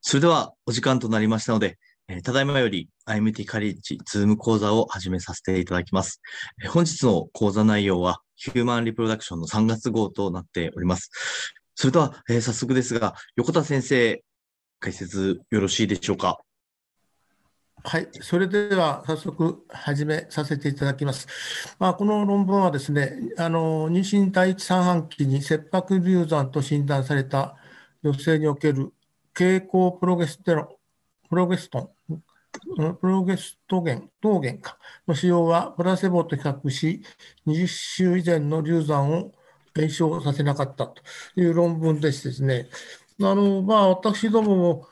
それではお時間となりましたので、ただいまより IMT カレッジズーム講座を始めさせていただきます。本日の講座内容はヒューマンリプロダクションの3月号となっております。それでは、早速ですが、横田先生、解説よろしいでしょうか。 はい、それでは早速始めさせていただきます。この論文はですね、妊娠第一三半期に切迫流産と診断された女性における経口プロゲステロン、プロゲストン、プロゲストゲン、糖原かの使用はプラセボと比較し、20週以前の流産を減少させなかったという論文でしてですね、私どもも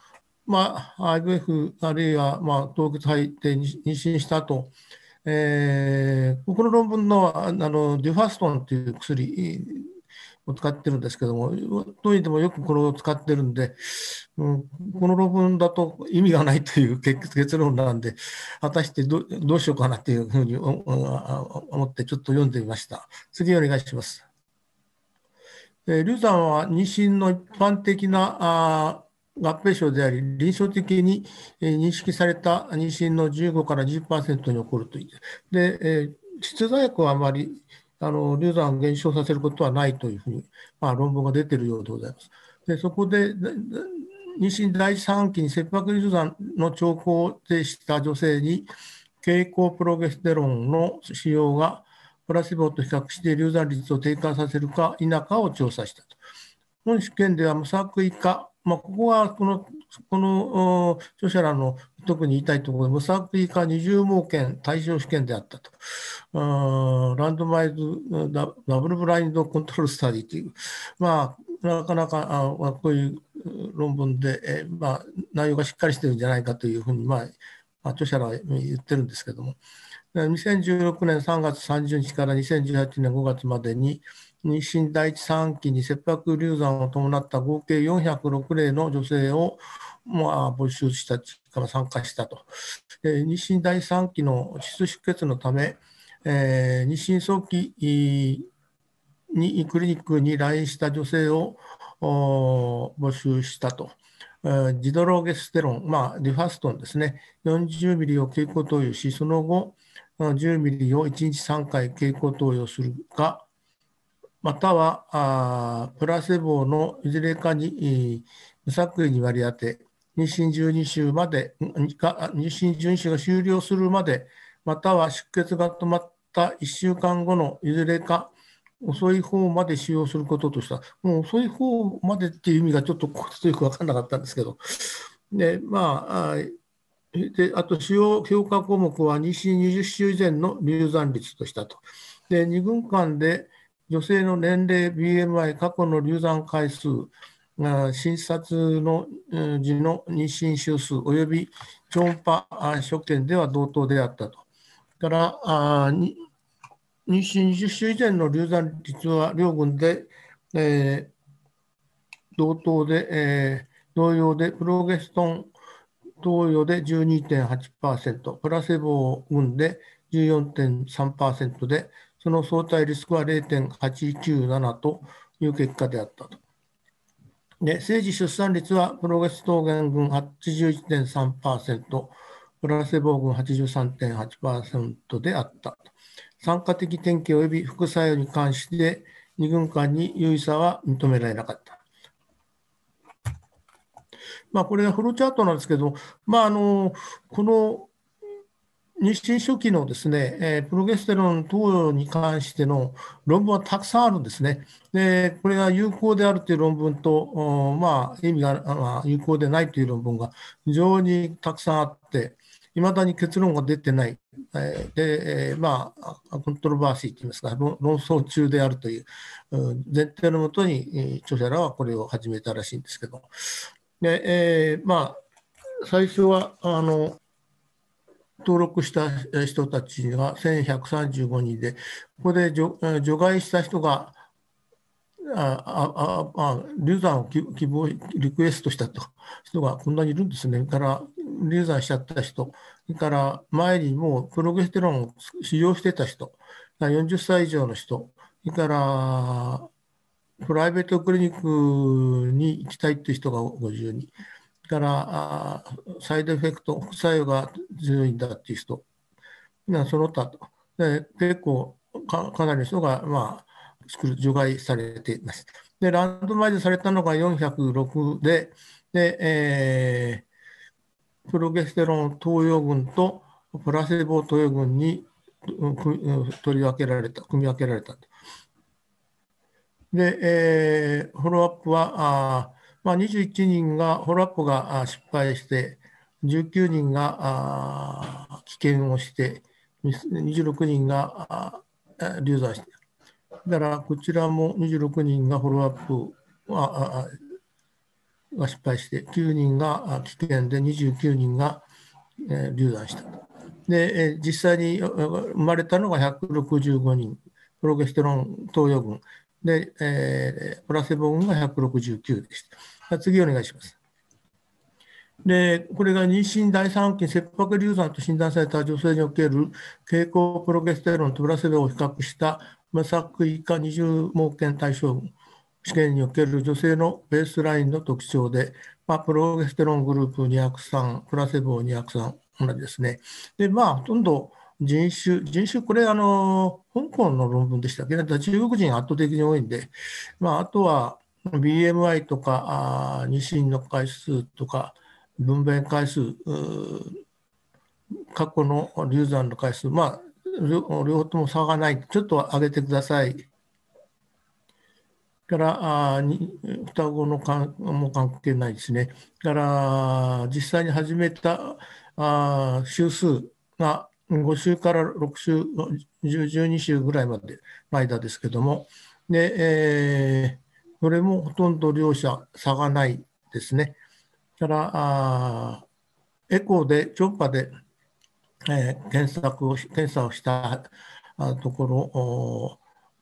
IVF あるいは凍結肺で妊娠した後、この論文の、デュファストンという薬を使ってるんですけども、どうにでもよくこれを使ってるんで、この論文だと意味がないという結論なんで、果たしてどうしようかなというふうに思ってちょっと読んでみました。次お願いします。流産は妊娠の一般的な合併症であり、臨床的に認識された妊娠の15から10%に起こるという。で、窒座薬はあまり流産を減少させることはないというふうに、論文が出ているようでございます。でそこで妊娠第一三半期に切迫流産の兆候を呈した女性に経口プロゲステロンの使用がプラセボと比較して流産率を低下させるか否かを調査したと。本試験では無作為化、ここはこの著者らの特に言いたいところで、無作為化20盲検対象試験であったと。ランドマイズダブルブラインドコントロールスタディという、なかなかこういう論文で、内容がしっかりしてるんじゃないかというふうに、著者らは言ってるんですけども、2016年3月30日から2018年5月までに、妊娠第一三半期に切迫流産を伴った合計406例の女性を募集したから参加したと。妊娠第一三半期の膣出血のため、妊娠早期にクリニックに来院した女性を募集したと。ジドロゲステロン、リファストンですね、40ミリを経口投与し、その後、10ミリを1日3回経口投与するか、またはプラセボのいずれかに無作為に割り当て、妊娠12週まで、妊娠12週が終了するまで、または出血が止まった1週間後のいずれか、遅い方まで使用することとした。もう遅い方までっていう意味がちょっとよく分からなかったんですけど、で、あと主要評価項目は妊娠20週以前の流産率としたと。で、2分間で女性の年齢、BMI、過去の流産回数、診察の時の妊娠週数および超音波所見では同等であったと。から妊娠20週以前の流産率は両軍で、同様で、プロゲストン投与で 12.8%、プラセボ群で 14.3% で、その相対リスクは 0.897 という結果であったと。で、生児出産率はプロゲスト群81.3%、プラセボ群83.8% であった。参加的典型及び副作用に関して2群間に有意差は認められなかった。これがフローチャートなんですけど、この妊娠初期のですね、プロゲステロン投与に関しての論文はたくさんあるんですね。で、これが有効であるという論文と、意味が、有効でないという論文が非常にたくさんあって、いまだに結論が出てない。で、コントロバーシーといいますか、論争中であるという前提のもとに、著者らはこれを始めたらしいんですけど、で、最初は、登録した人たちが1135人で、ここで除外した人が、流産を希望、リクエストしたと人がこんなにいるんですね。それから流産しちゃった人、それから前にもうプロゲステロンを使用してた人、40歳以上の人、それからプライベートクリニックに行きたいという人が50人。 からサイドエフェクト、副作用が強いんだっていう人が揃ったと。で結構かなりの人が、除外されています。で、ランドマイズされたのが406で、プロゲステロン投与群とプラセボ投与群に取り分けられた、組み分けられたと。で、フォローアップは、21人が、フォローアップが失敗して、19人が棄権をして、26人が流産して、だからこちらも26人がフォローアップが失敗して、9人が棄権で、29人が流産した。で、実際に生まれたのが165人、プロゲステロン投与群で、プラセボ群が169でした。次お願いします。で、これが妊娠第3期切迫流産と診断された女性における経口プロゲステロンとプラセボを比較した無作為化20盲検対象群試験における女性のベースラインの特徴で、プロゲステロングループ203、プラセボ203、同じですね。で、ほとんど人種、これ、香港の論文でしたけど、中国人圧倒的に多いんで、あとは BMI とか、妊娠の回数とか、分娩回数、過去の流産の回数、両方とも差がない。ちょっと上げてください。から双子のも関係ないですね。から実際に始めた週数が5週から6週、12週ぐらいまでの間ですけども、で、それもほとんど両者差がないですね。からエコーで、超音波で、検査をしたところ、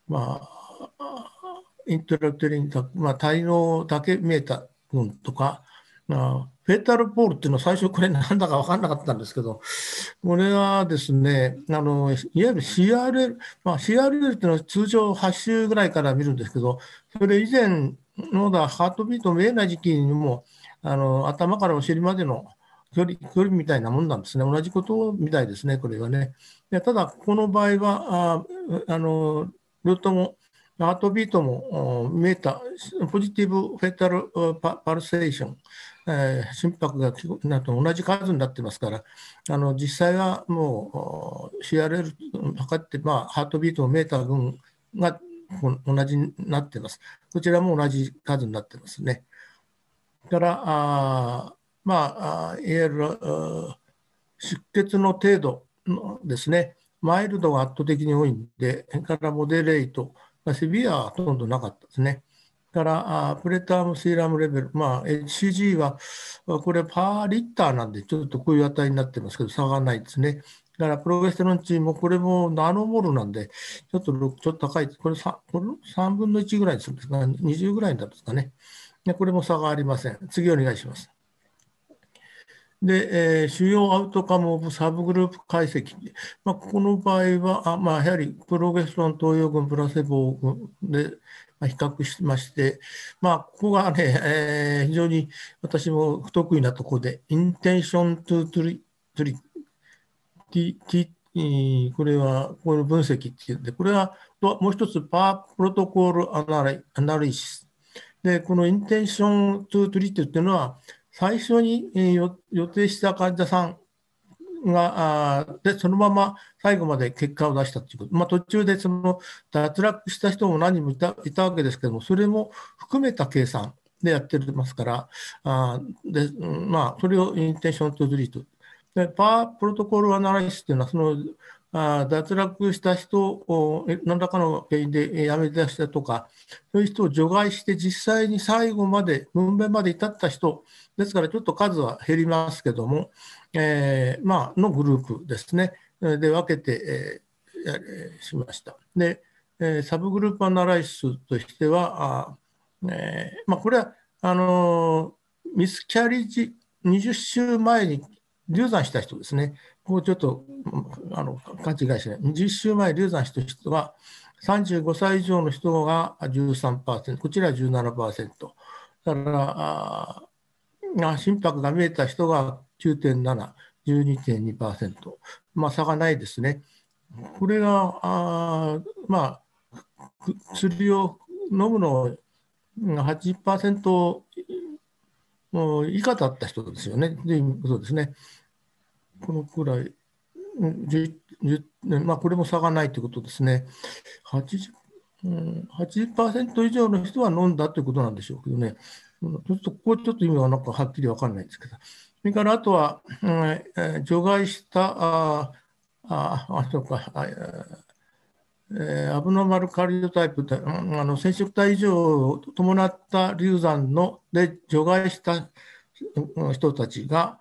イントラクテリン、体能だけ見えた群とか、フェータルポールっていうのは最初これなんだか分からなかったんですけど、これはですね、いわゆる CRL、CRL っていうのは通常8週ぐらいから見るんですけど、それ以前のハートビート見えない時期にも、頭からお尻までの距離みたいなもんなんですね。同じことみたいですね、これはね。でただ、この場合は、ルートも、ハートビートも見えた、ポジティブフェタルパルセーション、心拍がなんと同じ数になってますから、実際はもう CRL 測って、ハートビートのメーター群が同じになってます。こちらも同じ数になってますね。から、いわゆる出血の程度ですね、マイルドが圧倒的に多いんで、それからモデレート、セビアはほとんどなかったですね。からプレターム、シーラムレベル、HCG はこれパーリッターなんで、ちょっとこういう値になってますけど、差がないですね。だからプロゲステロン値もこれもナノモルなんで、ちょっと高い、これ 3分の1ぐらいですか、20ぐらいなんですかね。これも差がありません。次お願いします。で、主要アウトカムオブサブグループ解析。この場合は、やはりプロゲステロン投与群プラセボ群で比較しまして、ここがね、非常に私も不得意なところで、インテンショントゥトリ、これは、この分析っていうんで、これはもう一つ、パープロトコールアナリシス。で、このインテンショントゥトリートっていうのは、最初に予定した患者さんが、で、そのまま最後まで結果を出したということ。途中でその脱落した人も何人もいたわけですけども、それも含めた計算でやってますから、それをインテンショントゥトリート。で、パープロトコールアナライシスというのは、その脱落した人を何らかの原因で辞め出したとか、そういう人を除外して、実際に最後まで、分娩まで至った人、ですからちょっと数は減りますけども、のグループですね、で分けて、しました。で、サブグループアナライシスとしては、これはミスキャリージ20週前に流産した人ですね。ここちょっと勘違いしない。20週前流産した人は、35歳以上の人が13%、こちらは17%。だから、 心拍が見えた人が9.7、12.2%、差がないですね。これが、薬を飲むの80%以下だった人ですよね。ということですね。このくらい、これも差がないということですね。80%以上の人は飲んだということなんでしょうけどね。ここちょっと意味はなんかはっきり分からないんですけど。それからあとは、除外したそうか、アブノーマルカリオタイプで、染色体異常を伴った流産で除外した人たちが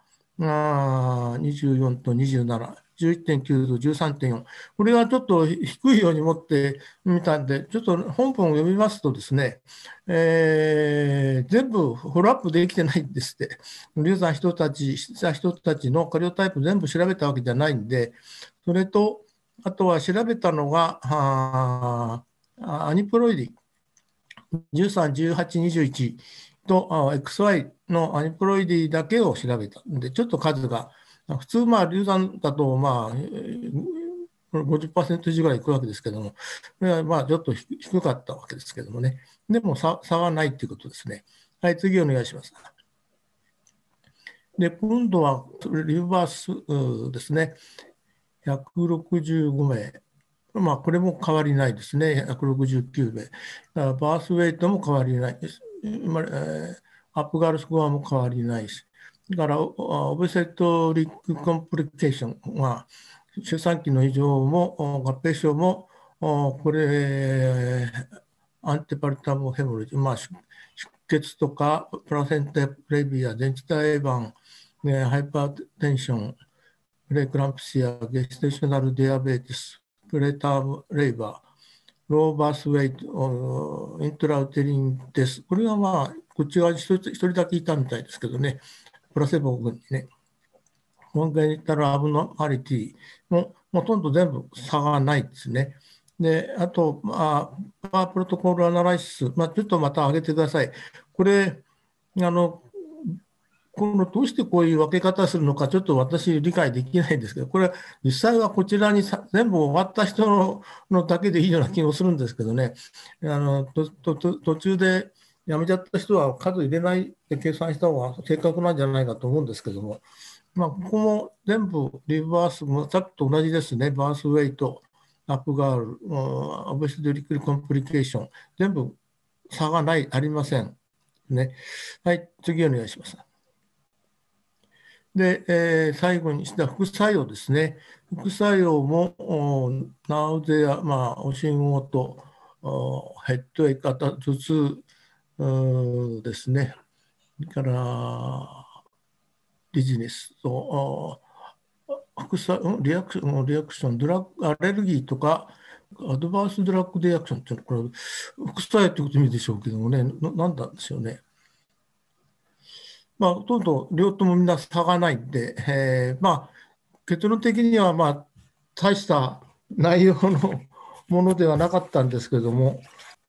24と27、11.9と13.4、これはちょっと低いように持ってみたんで、ちょっと本文を読みますとですね、全部フォローアップできてないんですって、流産した人たちのカリオタイプ全部調べたわけじゃないんで、それと、あとは調べたのが、アニプロイディ、13、18、21とXY のアニプロイディだけを調べたんで、ちょっと数が、普通、流産だと、50%以上ぐらいいくわけですけども、これはちょっと低かったわけですけどもね。でも差はないということですね。はい、次お願いします。で、今度はリバースですね。165名。これも変わりないですね。169名。バースウェイトも変わりないです。アップガールスコアも変わりないです。だから、オブセトリックコンプリケーションは、出産期の異常も合併症も、これ、アンテパルタムヘモロジー、出血とか、プラセンタプレビア、電池体板、ハイパーテンション、プレクランプシア、ゲステーショナルディアベーティス、プレタームレイバー、ローバースウェイト、イントラウテリンです。これはこっち側に一人だけいたみたいですけどね、プラセボ群にね。コンゲニタルアブノマリティもほとんど全部差がないですね。で、あと、パワープロトコルアナライシス、ちょっとまた上げてください。これ、どうしてこういう分け方するのか、ちょっと私、理解できないんですけど、これ、実際はこちらに全部終わった人のだけでいいような気もするんですけどね、途中で辞めちゃった人は数入れないで計算した方が正確なんじゃないかと思うんですけども、ここも全部リバースもさっきと同じですね、バースウェイト、アップガール、オブスデリクルコンプリケーション、全部差がありません。ね。はい、次お願いします。で、最後にした副作用ですね。副作用も、ナウゼア、おしんおうと、ヘッドエイク、頭痛ですね。それから、ビジネスと、副作用、リアクション、ドラッグ、アレルギーとか、アドバンスドラッグリアクションっていうのは、これ、副作用ということ意味でしょうけどもね、なんなんですよね。ほとんど両党もみんな差がないんで、結論的には大した内容のものではなかったんですけども、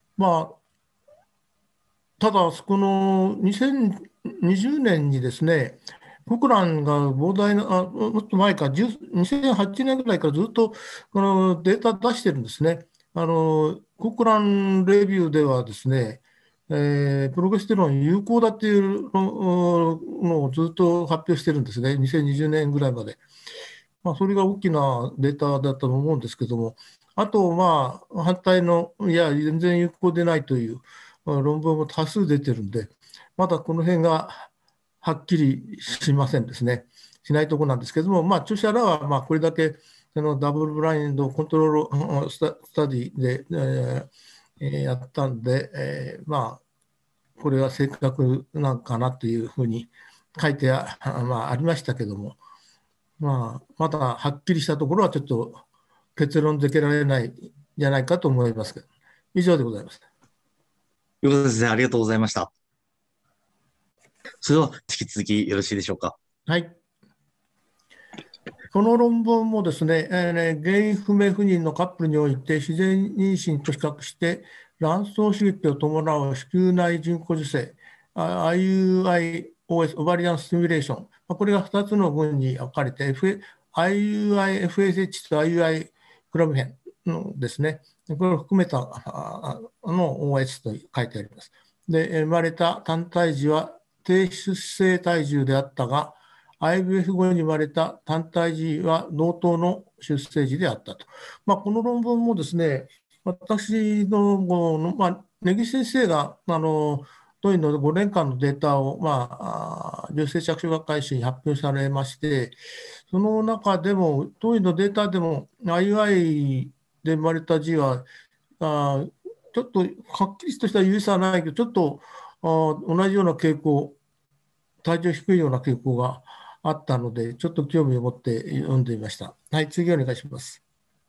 ただ、この2020年にですね、コクランが膨大な、もっと前か、2008年ぐらいからずっとこのデータ出してるんですね。コクランレビューではですね、プロゲステロン有効だっていうのをずっと発表してるんですね、2020年ぐらいまで。それが大きなデータだったと思うんですけども、あと、反対の、いや、全然有効でないという論文も多数出てるんで、まだこの辺がはっきりしませんですね。しないところなんですけども、著者らはこれだけダブルブラインドコントロールスタディで、やったんで、これは正確なんかなというふうに書いてありましたけども、まだはっきりしたところはちょっと結論付けられないんじゃないかと思いますけど、以上でございます。 ということですね。ありがとうございました。それでは、引き続きよろしいでしょうか。 はい。この論文もですね、原因不明不妊のカップルにおいて自然妊娠と比較して卵巣刺激を伴う子宮内人工授精、IUI オバリアンスティミュレーション、これが2つの群に分かれて、IUI-FSH と IUI クラブ編のですね、これを含めたOS と書いてあります。で、生まれた単体児は低出生体重であったが、IVF 後に生まれた単体児は同等の出生児であったと。この論文もですね、私の、根岸先生が、当院の5年間のデータを、女性着床学会誌に発表されまして、その中でも、当院のデータでも、IUI で生まれた児は、ちょっとはっきりとした優位差はないけど、ちょっと同じような傾向、体重低いような傾向があったので、ちょっと興味を持って読んでみました。はい、次お願いします。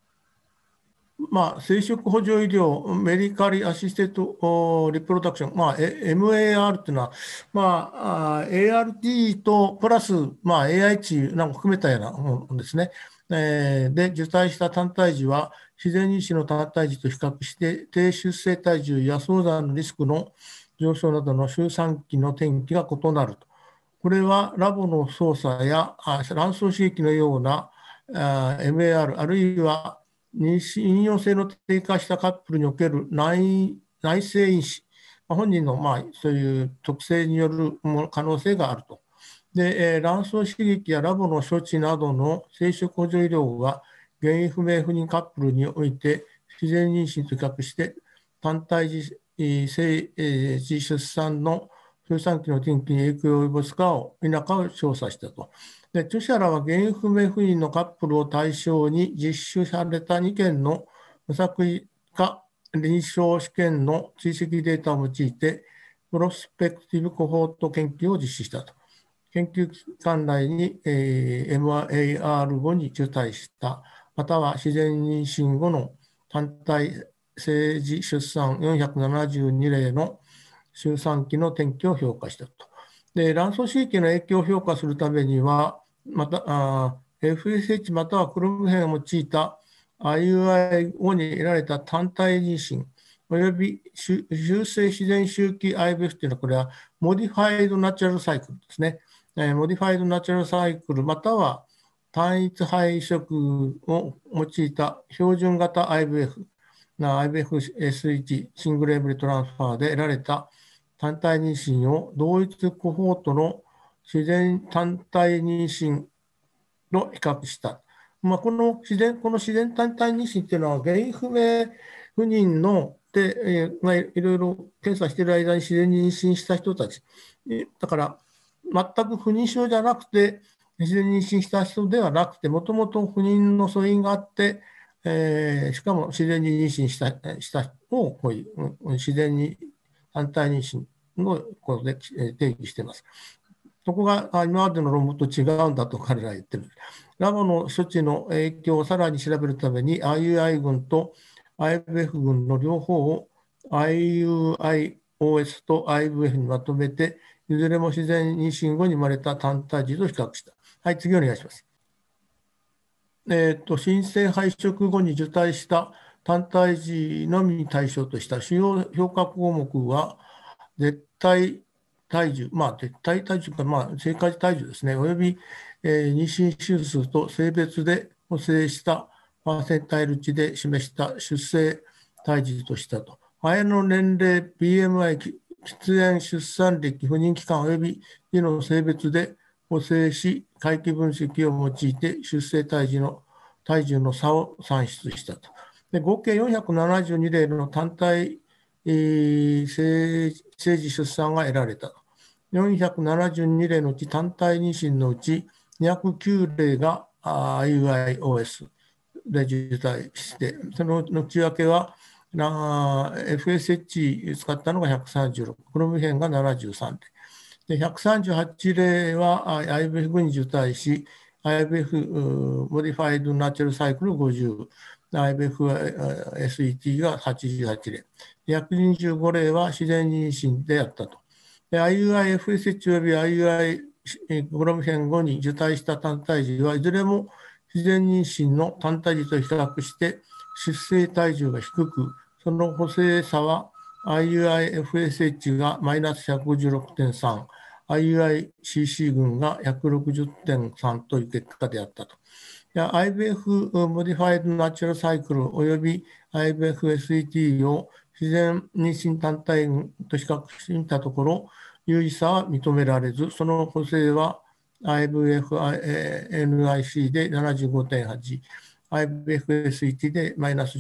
生殖補助医療、メディカリアシステッドリプロダクション、MAR というのは、ART とプラス、AI 値なんか含めたようなものですね。で、受胎した単体児は、自然妊娠の単体児と比較して、低出生体重や早産のリスクの上昇などの周産期の転機が異なると。これはラボの操作や卵巣刺激のようなMAR、あるいは妊用性の低下したカップルにおける内生因子、本人のそういう特性による可能性があると。で、卵巣刺激やラボの処置などの生殖補助医療が原因不明不妊カップルにおいて自然妊娠と比較して単体児出産の周産期の転機に影響を及ぼすか否かを調査したと。で、著者らは原因不明不妊のカップルを対象に実施された2件の無作為化臨床試験の追跡データを用いて、プロスペクティブコホート研究を実施したと。研究期間内に、MAR 後に受胎した、または自然妊娠後の単体生児出産472例の周産期の転機を評価したと。で、卵巣刺激の影響を評価するためには、またFSH またはクロム編を用いた IUI 後に得られた単体妊娠、および修正自然周期 IVF というのは、これはモディファイドナチュラルサイクルですね。モディファイドナチュラルサイクル、または単一配色を用いた標準型 IVF、IVF-S1 シングルエブリトランスファーで得られた単体妊娠を同一コホートの自然単体妊娠と比較した。この自然単体妊娠というのは原因不明不妊ので、いろいろ検査している間に自然に妊娠した人たち。だから、全く不妊症じゃなくて、自然に妊娠した人ではなくて、もともと不妊の素因があって、しかも自然に妊娠した人をこういう自然に単体妊娠のことで定義しています。そこが今までの論文と違うんだと彼らは言ってる。ラボの処置の影響をさらに調べるために IUI 群と IVF 群の両方を IUI-OS と IVF にまとめて、いずれも自然妊娠後に生まれた単体児と比較した。はい、次お願いします。新生配色後に受胎した単体児のみに対象とした主要評価項目は、絶対体重、絶対体重か、正解体重ですね、および、妊娠週数と性別で補正したパーセンタイル値で示した出生体重としたと。親の年齢、BMI、喫煙、出産歴、不妊期間および児の性別で補正し、回帰分析を用いて出生体重の差を算出したと。で合計472例の単体生児出産が得られた。472例のうち単体妊娠のうち209例が IUI-OS で受胎して、その内訳はFSH 使ったのが136、クロム編が73例。で138例は IVF 後に受胎し、IVF モディファイドナチュラルサイクル50、IVF-SET が88例、125例は自然妊娠であったと。IUI-FSH 及び IUI クロム編後に受胎した単体児はいずれも自然妊娠の単体児と比較して出生体重が低く、その補正差は IUI-FSH がマイナス156.3、 IUI-CC 群が 160.3 という結果であったと。IBF モディファイドナチュラルサイクルおよび IBF-SET を自然妊娠単体群と比較してみたところ、有意差は認められず、その補正は IVF-NIC で 75.8、IVF-SET でマイナス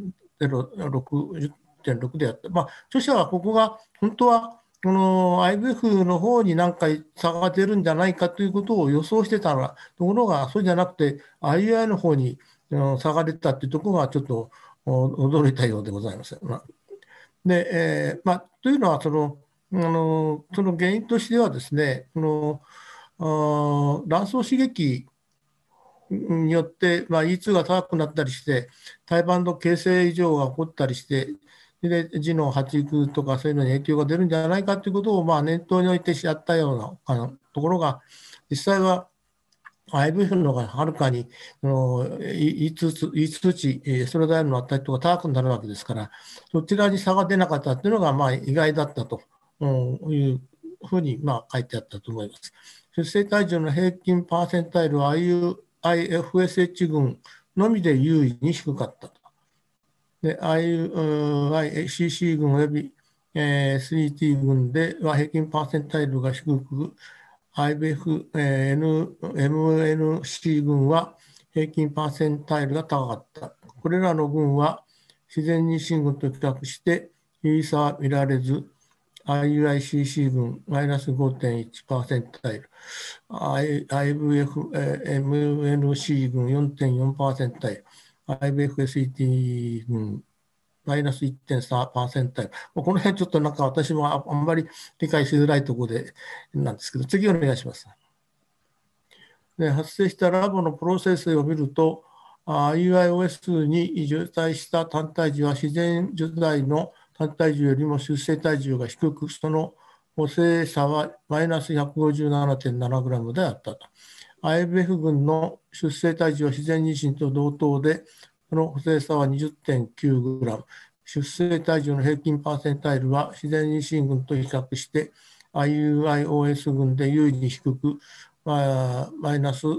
10.06、10.6であった。著者はここが本当はこの IVF の方に何か差が出るんじゃないかということを予想してたら、ところがそうじゃなくて、IUI の方に差が出たというところがちょっと驚いたようでございます。で、というのはその原因としてはですね、卵巣刺激によって、E2 が高くなったりして、胎盤の形成異常が起こったりして、で児の発育とかそういうのに影響が出るんじゃないかということを念頭に置いてやったようなところが、実際は IVF の方がはるかにE2値、エストロダイルの値とか高くなるわけですから、そちらに差が出なかったというのが意外だったというふうに書いてあったと思います。出生体重の平均パーセンタイルは IFSH 群のみで優位に低かったと。で、ICC 群および、SET 群では平均パーセンタイルが低く、IBF、MNC 群は平均パーセンタイルが高かった。これらの群は自然妊娠群と比較して有意差は見られず、IUI-CC 群マイナス 5.1% タイル、IVF、MNC 群 4.4% タイル、IBF-SET 群マイナス 1.3% タイル。この辺ちょっとなんか私もあんまり理解しづらいところでなんですけど、次お願いします。で発生したラボのプロセスを見ると、IUI-OS に受胎した単体児は自然受胎の単体重よりも出生体重が低く、その補正差はマイナス 157.7g であったと。IVF 群の出生体重は自然妊娠と同等で、その補正差は 20.9g。出生体重の平均パーセンタイルは自然妊娠群と比較して IUI-OS 群で優位に低く、マイナス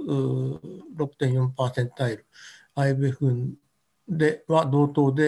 6.4% タイル。IVF 群では同等で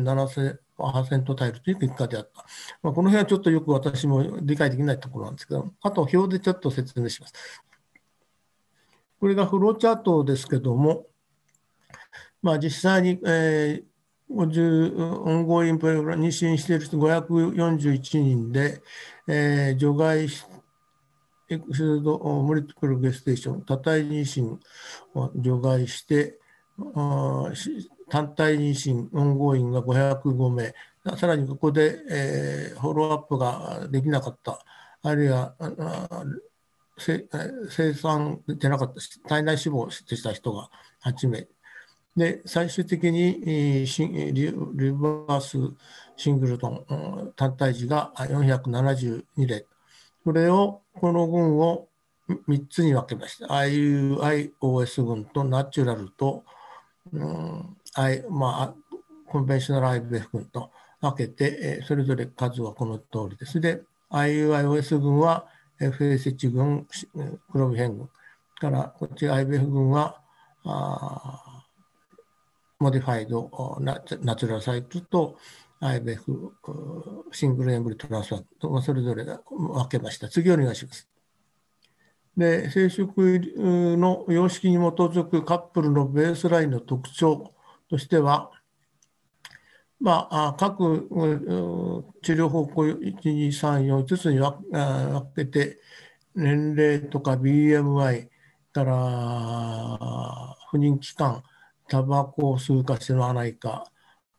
0.7% タイルという結果であった。この辺はちょっとよく私も理解できないところなんですけど、あと表でちょっと説明します。これがフローチャートですけども、実際に、50オンゴインプログラム妊娠している人541人で、除外しエクセルドモリティプルゲステーション、多体妊娠を除外して、単体妊娠、オンゴーインが505名、さらにここで、フォローアップができなかった、あるいは生産でなかった、体内死亡した人が8名。で、最終的にリバースシングルトン単体児が472例。この群を3つに分けました。IUI-OS 群とナチュラルと、コンベンショナル IVF 群と分けて、それぞれ数はこの通りです。で、IUI-OS 群は FSH 群、黒ビ変群から、こっち IVF 群はモディファイドナチュラルサイクルと IVF シングルエンブリトランスファーとそれぞれ分けました。次お願いします。で、生殖の様式に基づくカップルのベースラインの特徴としては、各治療方向1、2、3、4、5つに分けて、年齢とか BMI から不妊期間、タバコを吸うか吸わないか、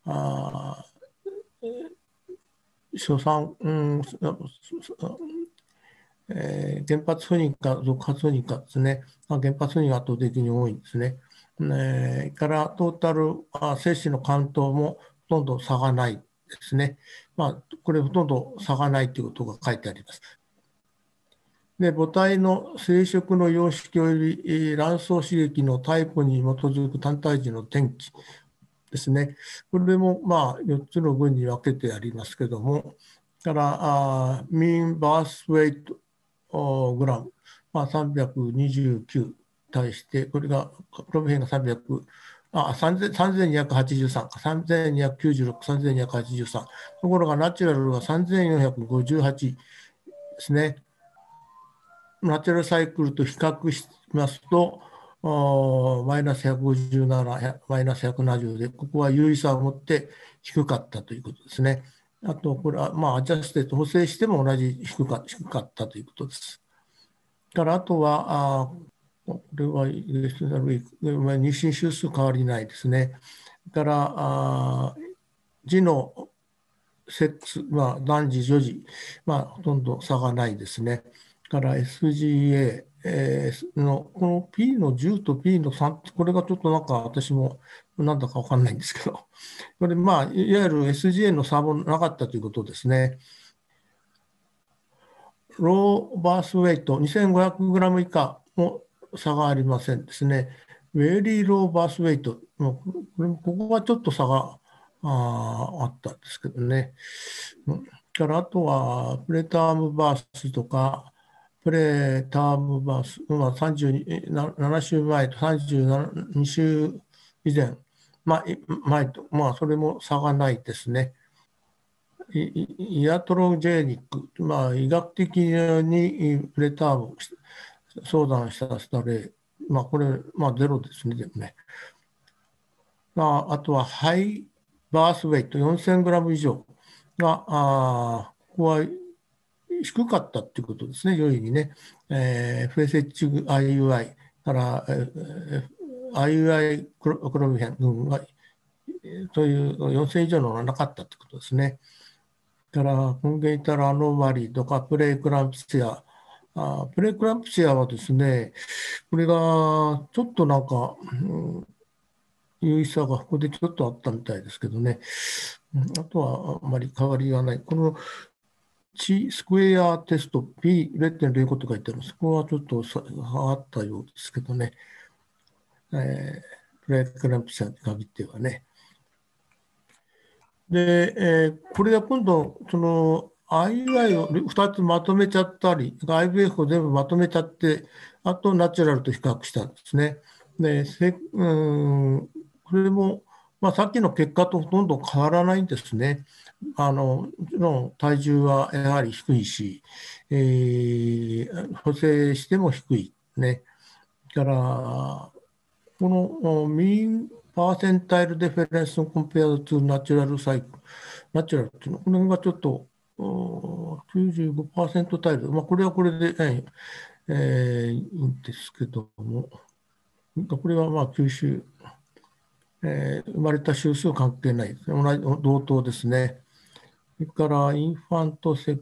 初産、原発不妊か続発不妊かですね、原発不妊が圧倒的に多いんですね。からトータル精子のカウントもほとんど差がないですね。これほとんど差がないということが書いてあります。で母体の生殖の様式および卵巣刺激のタイプに基づく単体児の転機ですね。これも4つの群に分けてありますけども、からmean birth weight グラム、329対して、これが、クロムヘンが300、3283か、3296、3283。ところがナチュラルは3458ですね。ナチュラルサイクルと比較しますと、マイナス157、マイナス170で、ここは有意差を持って低かったということですね。あと、これは、アジャステと補正しても同じ低かったということです。から、あとは、これは、妊娠週数変わりないですね。から、児のセックス、男児、女児、ほとんど差がないですね。から SGA、の、この P の10と P の3、これがちょっとなんか私もなんだかわかんないんですけど、これ、いわゆる SGA の差もなかったということですね。ローバースウェイト、2500g 以下も差がありませんですね。ウェリーローバースウェイト、ここはちょっと差があったんですけどね。からあとは、プレタームバースとか、プレタームバース、37週前と32週以前、前と、それも差がないですね。イアトロジェニック、医学的にプレターム相談した例、これ、ゼロですね、でもね。あとはハイバースウェイト、4000g 以上が、ここは低かったということですね、容易にね。FSH-IUI から、IUI クロミヘン群がという4000以上のがなかったということですね。からコンゲニタルアノマリーとかプレイクランプシア、プレイクランプシアはですね、これがちょっとなんか、有意差がここでちょっとあったみたいですけどね、あとはあまり変わりがない。このスクエアテスト P0.05 と書いてある。そこはちょっと差があったようですけどね、プレイクランプシアに限ってはね。で、これが今度、その IUI を2つまとめちゃったり、IVF を全部まとめちゃって、あとナチュラルと比較したんですね。で、これも、さっきの結果とほとんど変わらないんですね。もちろん体重はやはり低いし、補正しても低いね。から、このミーンパーセンタイルデフェレンスコンペアドトゥナチュラルサイクル、ナチュラルっていうの、この辺がちょっと95%タイル、これはこれで、いいんですけども、これは吸収、生まれた週数関係ないですね。同等ですね。それからインファントセ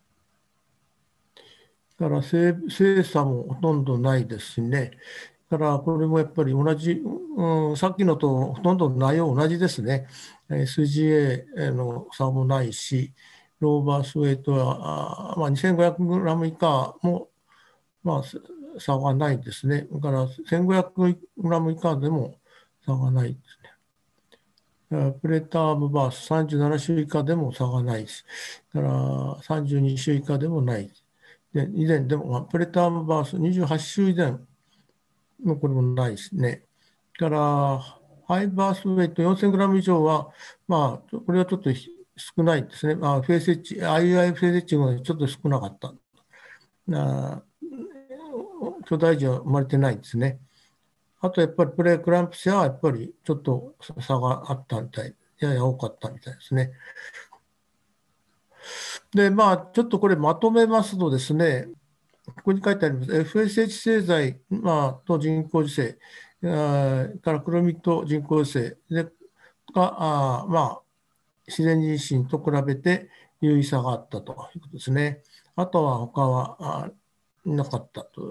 から精査もほとんどないですしね。からこれもやっぱり同じ、さっきのとほとんど内容同じですね。SGA の差もないし、ローバースウェイトは2500g 以下も、差がないですね。だから 1500g 以下でも差がないですね。プレタームバース37週以下でも差がないです。から32週以下でもないです。で以前でも、プレタームバース28週以前のこれもないですね。から、ハイバースウェイト 4000g 以上は、これはちょっと少ないですね。FSH、IUI-FSH がちょっと少なかった。巨大児は生まれてないですね。あとやっぱりプレクランプシアはやっぱりちょっと差があったみたい、やや多かったみたいですね。で、ちょっとこれまとめますとですね、ここに書いてあります。FSH 製剤、と人工授精、からクロミット人工授精でが、自然妊娠と比べて有意差があったということですね。あとは他はなかったと。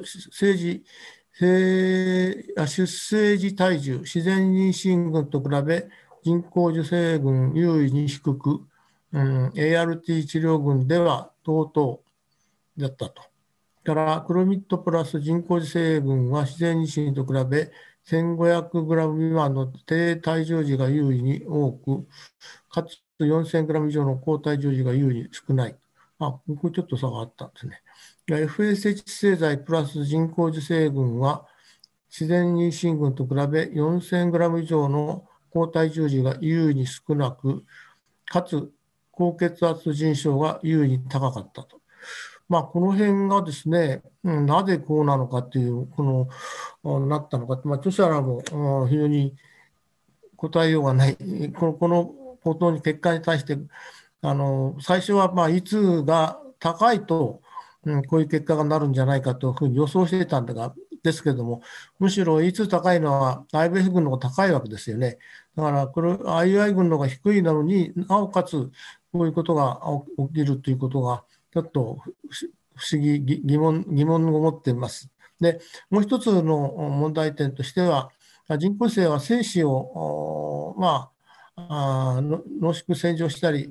出生時体重、自然妊娠群と比べ人工授精群優位に低く、ART 治療群では同等だったと。からクロミットプラス人工授精群は自然妊娠と比べ 1500g 未満の低体重児が優位に多く、かつ 4000g 以上の高体重児が優位に少ない。 ここちょっと差があったんですね。FSH 製剤プラス人工授精群は、自然妊娠群と比べ4000グラム以上の抗体重児が優位に少なく、かつ高血圧腎症が優位に高かったと。この辺がですね、なぜこうなのかっていう、なったのかって、著者らも非常に答えようがない、このことに結果に対して、最初はいつが高いと、こういう結果がなるんじゃないかというふうに予想していたんですけれども、むしろいつ高いのは IVF 群の方が高いわけですよね。だから、IUI 群の方が低いのになおかつこういうことが起きるということが、ちょっと不思議、疑問を持っています。で、もう一つの問題点としては、人工授精は精子を、濃縮洗浄したり、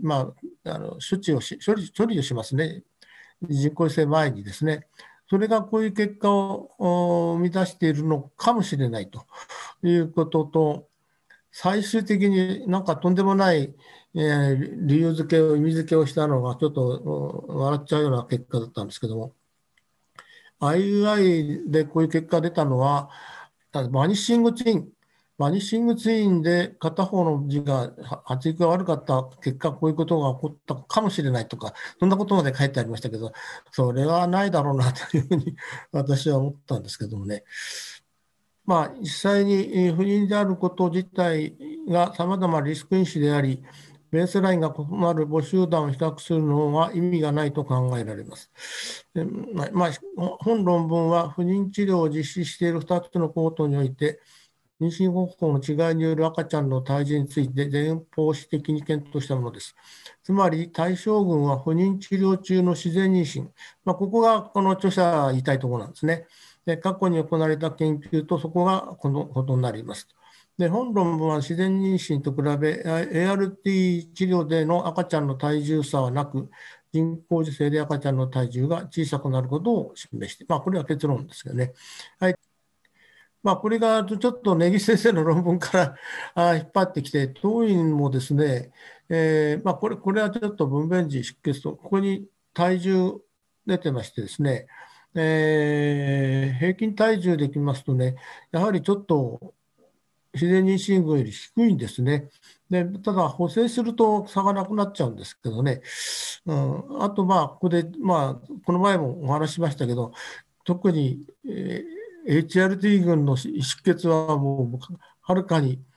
処理をしますね。人工授精前にですね。それがこういう結果を生み出しているのかもしれないということと、最終的になんかとんでもない、理由付け意味付けをしたのが、ちょっと笑っちゃうような結果だったんですけども、IUI でこういう結果が出たのは、バニッシングツイン、で片方の字が発育が悪かった結果、こういうことが起こったかもしれないとか、そんなことまで書いてありましたけど、それはないだろうなというふうに私は思ったんですけどもね。実際に不妊であること自体がさまざまリスク因子であり、ベースラインが異なる母集団を比較するのは意味がないと考えられます。本論文は不妊治療を実施している2つのコートにおいて、妊娠方法の違いによる赤ちゃんの胎児について全方位的に検討したものです。つまり対象群は不妊治療中の自然妊娠、ここがこの著者が言いたいところなんですね。で、過去に行われた研究とそこがこのことになります。で、本論文は自然妊娠と比べ ART 治療での赤ちゃんの体重差はなく、人工授精で赤ちゃんの体重が小さくなることを示して、これは結論ですけどね。はい。これがちょっと根岸先生の論文から引っ張ってきて、当院もですね、これはちょっと分娩時出血と、ここに体重出てましてですね、平均体重でいきますとね、やはりちょっと自然妊娠群より低いんですね。で、ただ補正すると差がなくなっちゃうんですけどね。あと、ここで、この前もお話ししましたけど、特に、HRT 群の出血はもうはるかに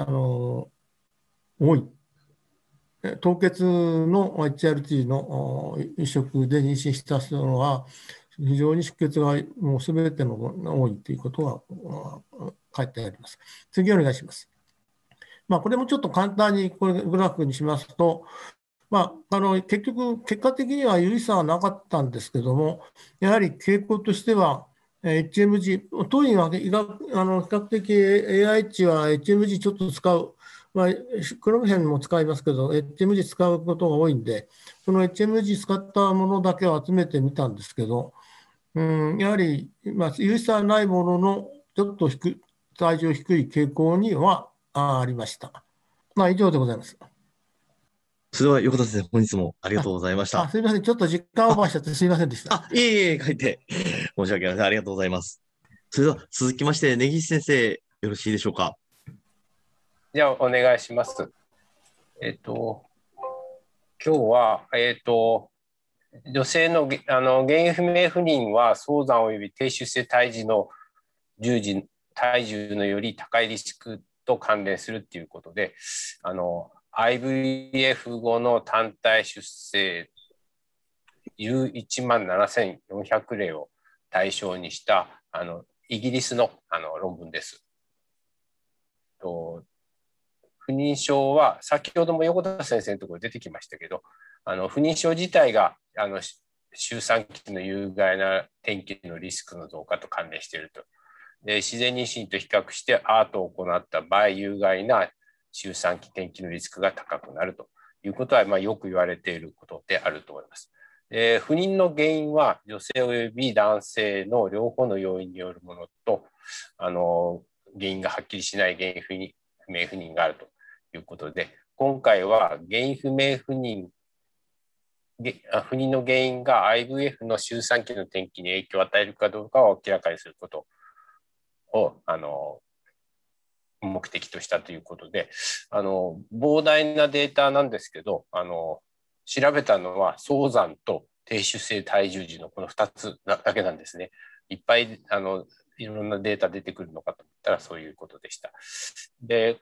多い。凍結の HRT の移植で妊娠した人は、非常に出血がもうすべての多いということが書いてあります。次お願いします。これもちょっと簡単にこれグラフにしますと、結局、結果的には有意差はなかったんですけども、やはり傾向としては、HMG、当院は比較的 AI 値は HMG ちょっと使う、クロムヘンも使いますけど、HMG 使うことが多いんで、その HMG 使ったものだけを集めてみたんですけど、やはり、有意差はないものの、ちょっと体重低い傾向にはありました。以上でございます。 それは横田先生、本日もありがとうございました。 すみません。ちょっと時間オーバーしちゃってすみませんでした。 いえいえ、書いて、申し訳ありません。ありがとうございます。それでは続きまして、根岸先生、よろしいでしょうか。 じゃあ、お願いします。今日は、女性の原因不明不妊は早産及び低出生胎児の体重のより高いリスクと関連するということで、IVF 後の単体出生11万7400例を対象にしたイギリスの論文です。不妊症は先ほども横田先生のところ出てきましたけど、不妊症自体が周産期の有害な転機のリスクの増加と関連していると。で、自然妊娠と比較してアートを行った場合、有害な周産期転機のリスクが高くなるということは、よく言われていることであると思います。不妊の原因は女性および男性の両方の要因によるものと、原因がはっきりしない原因不明不妊があるということで、今回は原因不明不妊不妊の原因が IVF の周産期の転機に影響を与えるかどうかを明らかにすることを目的としたということで、膨大なデータなんですけど、調べたのは早産と低出生体重児のこの2つだけなんですね。いっぱいいろんなデータ出てくるのかと思ったらそういうことでした。で、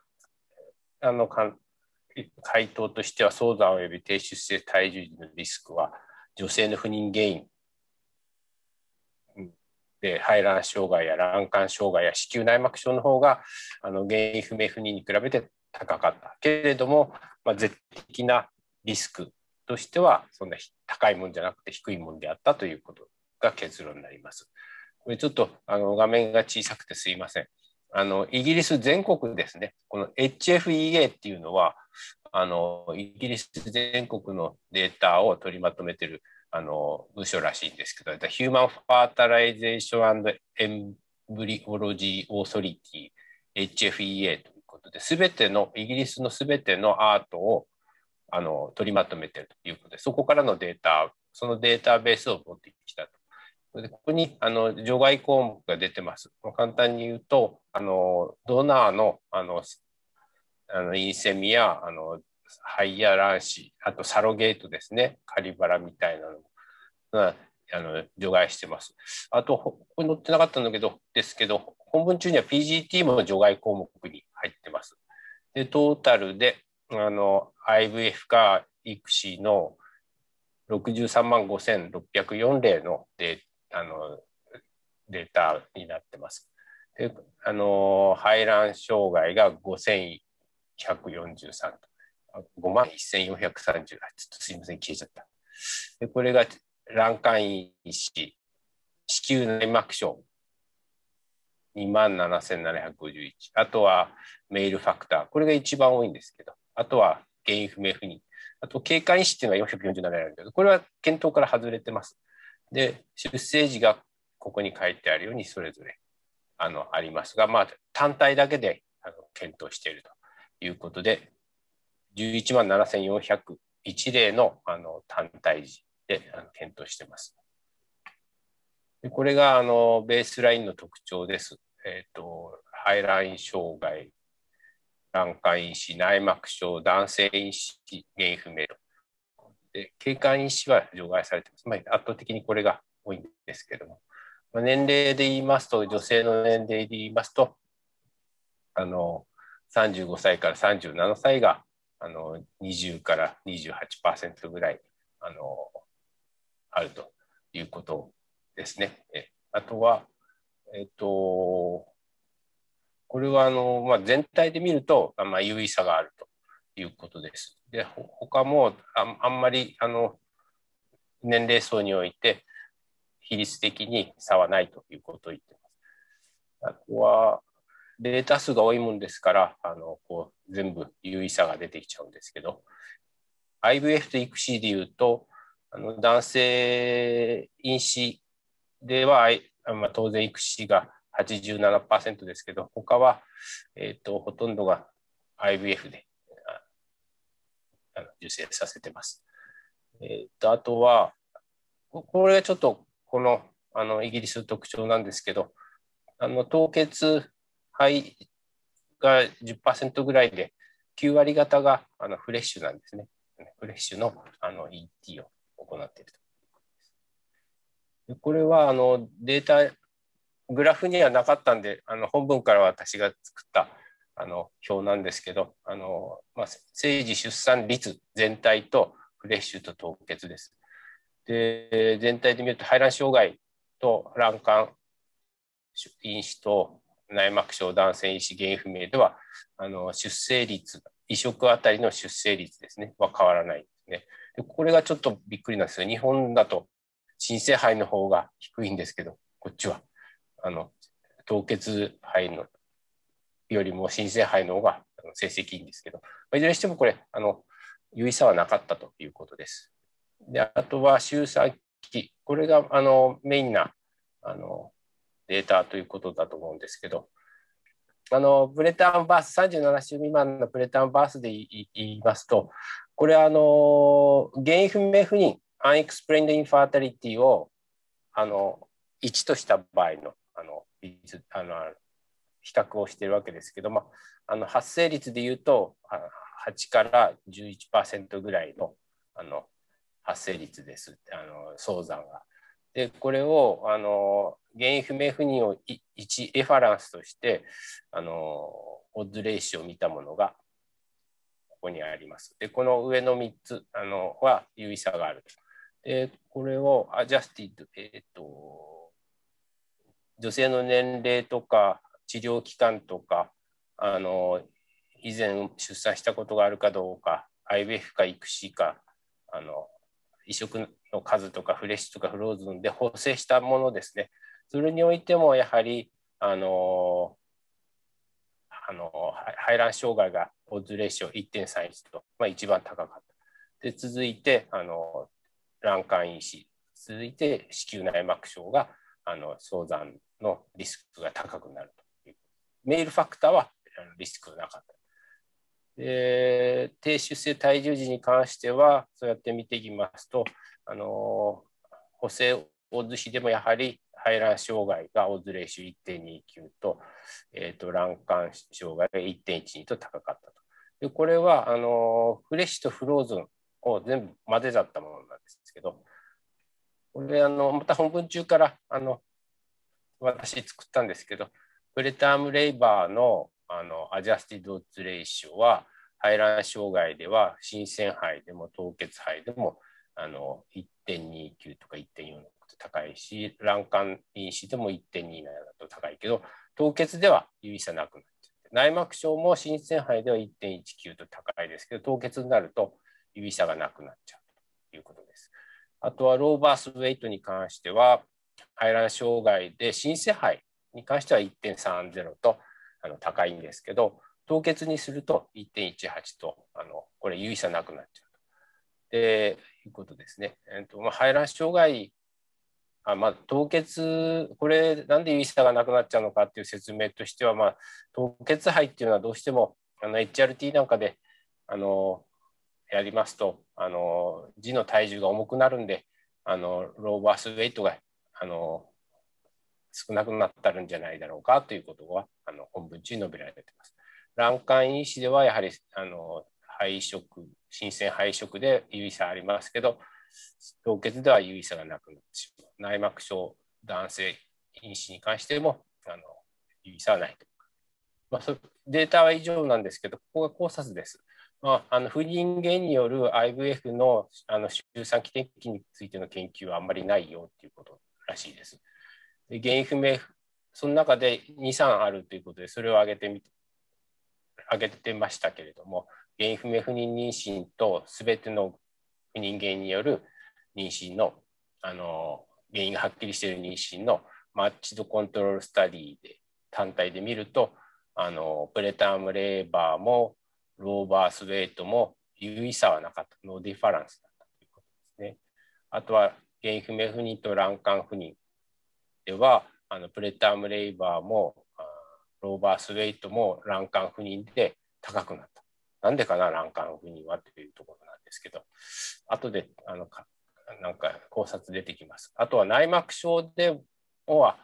回答としては早産および低出生体重児のリスクは女性の不妊原因で排卵障害や卵管障害や子宮内膜症の方が原因不明不妊に比べて高かったけれども、絶的なリスクとしてはそんな高いものじゃなくて低いものであったということが結論になります。これちょっと画面が小さくてすいません。イギリス全国ですね、この HFEA っていうのはイギリス全国のデータを取りまとめている部署らしいんですけど、ヒューマン・ファータライゼーション&エンブリオロジー・オーソリティ HFEA ということで、イギリスのすべてのアートを取りまとめているということで、そこからのデータ、そのデータベースを持ってきたと。でここに除外項目が出てます。簡単に言うと、ドナーのインセミや肺や卵子、あとサロゲートですね、カリバラみたいなのが除外してます。あと、ここに載ってなかったんだけど、本文中には PGT も除外項目に入ってます。で、トータルでIVF か ICSI の63万5604例のデータになってます。で排卵障害が5143と。5万1438。ちょっとすいません、消えちゃった。でこれが卵管因子、子宮内膜症、2万7751。あとはメールファクター。これが一番多いんですけど、あとは原因不明不妊。あと、経過因子っていうのが447あるんだけど、これは検討から外れてます。で、出生時がここに書いてあるようにそれぞれありますが、単体だけで検討しているということで、11万7401例の単体時で検討しています。でこれがベースラインの特徴です。排卵障害、卵管因子、内膜症、男性因子原因不明と。で経過因子は除外されています。圧倒的にこれが多いんですけれども、年齢で言いますと、女性の年齢で言いますと、35歳から37歳が20から28% ぐらいあるということですね。あとは、これは全体で見ると、有意差があるということです。で、他もあんまり年齢層において比率的に差はないということを言っています。あとはデータ数が多いもんですから全部有意差が出てきちゃうんですけど、IVF と ICSI でいうと男性因子では、当然 ICSI が 87% ですけど、他は、ほとんどが IVF で受精させてます。あとはこれがちょっとイギリスの特徴なんですけど、凍結肺が 10% ぐらいで9割方がフレッシュなんですね。フレッシュのET を行っていると。これはデータグラフにはなかったんで本文から私が作った表なんですけど、生児出産率全体とフレッシュと凍結です。で全体で見ると排卵障害と卵管因子と内膜症、男性因子原因不明では出生率、移植あたりの出生率ですねは変わらないですね。でこれがちょっとびっくりなんですよ。日本だと新生肺の方が低いんですけど、こっちは凍結肺のよりも新生肺の方が成績いいんですけど、いずれにしてもこれ有意差はなかったということです。であとは周産期、これがメインなデータということだと思うんですけど、プレターンバース、37週未満のプレターンバースで言いますと、これ原因不明不妊 unexplained infertility を1とした場合の比較をしているわけですけども、発生率でいうと8から11% ぐらいの発生率です、早産が。でこれを原因不明不妊を1レファランスとしてオッズレーションを見たものがここにあります。でこの上の3つは有意差がある。でこれをアジャスティッド、女性の年齢とか治療期間とか以前出産したことがあるかどうか IVF か育児か移植の数とかフレッシュとかフローズンで補正したものですね。それにおいてもやはり排卵障害がオッズレーション 1.31 と、一番高かった。で続いて卵管因子、続いて子宮内膜症が早産のリスクが高くなるという。メールファクターはリスクがなかった。低出生体重時に関してはそうやって見ていきますと補正オッズ比でもやはり排卵障害がオッズレーション 1.29 と、卵管障害が 1.12 と高かったと。でこれはフレッシュとフローズンを全部混ぜちゃったものなんですけど、これまた本文中から私作ったんですけど、プレタームレイバーのアジャスティドオッズレーションは排卵障害では新鮮肺でも凍結肺でも1.29 とか 1.46 と高いし、卵管因子でも 1.27 と高いけど、凍結では有意差なくなっちゃって、内膜症も新鮮肺では 1.19 と高いですけど、凍結になると有意差がなくなっちゃうということです。あとはローバースウェイトに関しては排卵障害で新生肺に関しては 1.30 と高いんですけど、凍結にすると 1.18 とこれ有意差なくなっちゃうということですね。排卵障害凍結、これなんで有意差がなくなっちゃうのかっていう説明としては、凍結肺っていうのはどうしてもHRT なんかでやりますと児の体重が重くなるんでローバースウェイトが少なくなったるんじゃないだろうかということは本文中に述べられています。卵管因子ではやはり肺色、新鮮肺色で有意差ありますけど、凍結では有意差がなくなってしまう。内膜症男性因子に関しても有意差はないと。データは以上なんですけど、ここが考察です。不妊原による IVF の周産期転機についての研究はあんまりないよということらしいです。で原因不明、その中で2、3あるということで、それを挙げてましたけれども、原因不明不妊妊娠とすべての不妊原因による妊娠の原因がはっきりしている妊娠のマッチドコントロールスタディで単体で見るとプレタームレーバーもローバースウェイトも有意差はなかった、ノーディファランスだったということですね。あとは原因不明不妊と卵管不妊ではプレタームレイバーもローバースウェイトも卵管不妊で高くなった。なんでかな卵管不妊はというところなんですけど、後でなんか考察出てきます。あとは内膜症では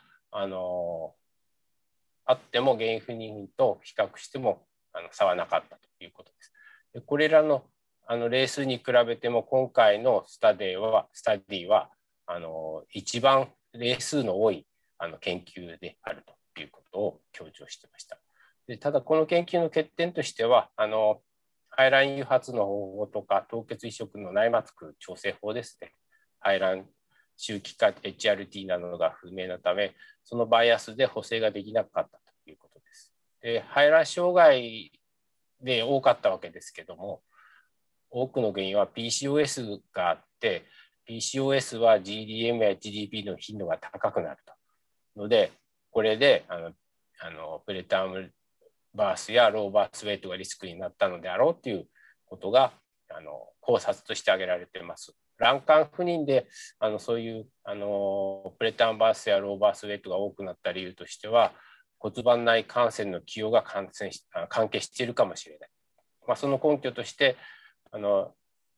あっても原因不妊と比較しても差はなかったということです。でこれらの例数に比べても今回のスタディは一番例数の多い研究であるということを強調していました。でただこの研究の欠点としては排卵誘発の方法とか凍結移植の内膜調整法ですね、排卵周期化 HRT などが不明なため、そのバイアスで補正ができなかったということです。で排卵障害で多かったわけですけども、多くの原因は PCOS があって、PCOS は GDM や GDP の頻度が高くなると。ので、これでプレタームバースやローバースウェイトがリスクになったのであろうということが考察として挙げられています。卵管不妊でそういうプレタームバースやローバースウェイトが多くなった理由としては、骨盤内感染の寄与が関係しているかもしれない。その根拠として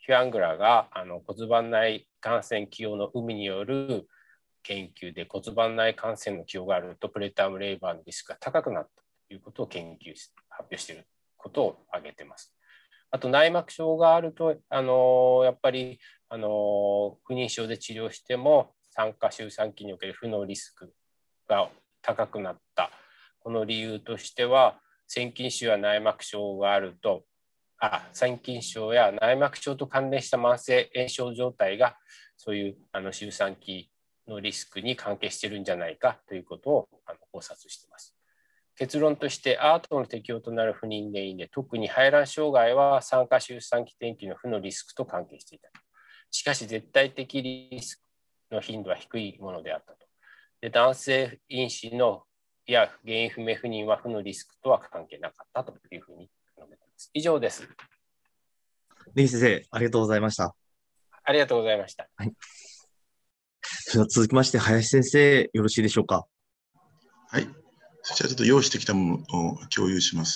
ヒュアングラが骨盤内感染既往の有無による研究で骨盤内感染の既往があるとプレタームレイバーのリスクが高くなったということを発表していることを挙げています。あと内膜症があるとやっぱり不妊症で治療しても産科周産期における負のリスクが高くなった。この理由としては腺筋症や内膜症があると腺筋症や内膜症と関連した慢性炎症状態がそういう周産期のリスクに関係しているんじゃないかということを考察しています。結論としてアートの適用となる不妊原因で特に排卵障害は産科周産期転機の負のリスクと関係していた。しかし絶対的リスクの頻度は低いものであったと。で男性妊娠のや原因不明不妊は負のリスクとは関係なかったというふうに述べています。以上です。 根岸先生、ありがとうございました。 ありがとうございました。 はい。それでは続きまして、林先生、よろしいでしょうか。 はい。そちらちょっと用意してきたものを共有します。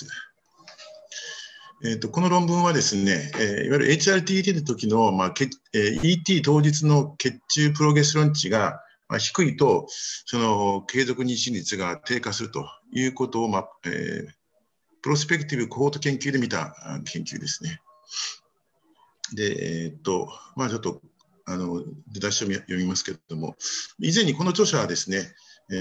この論文はですね、いわゆる HRT の時の、ET 当日の血中プロゲステロン値が低いと、その継続妊娠率が低下するということを、プロスペクティブコホート研究で見た研究ですね。で、ちょっと出だしを読みますけれども、以前にこの著者はですね、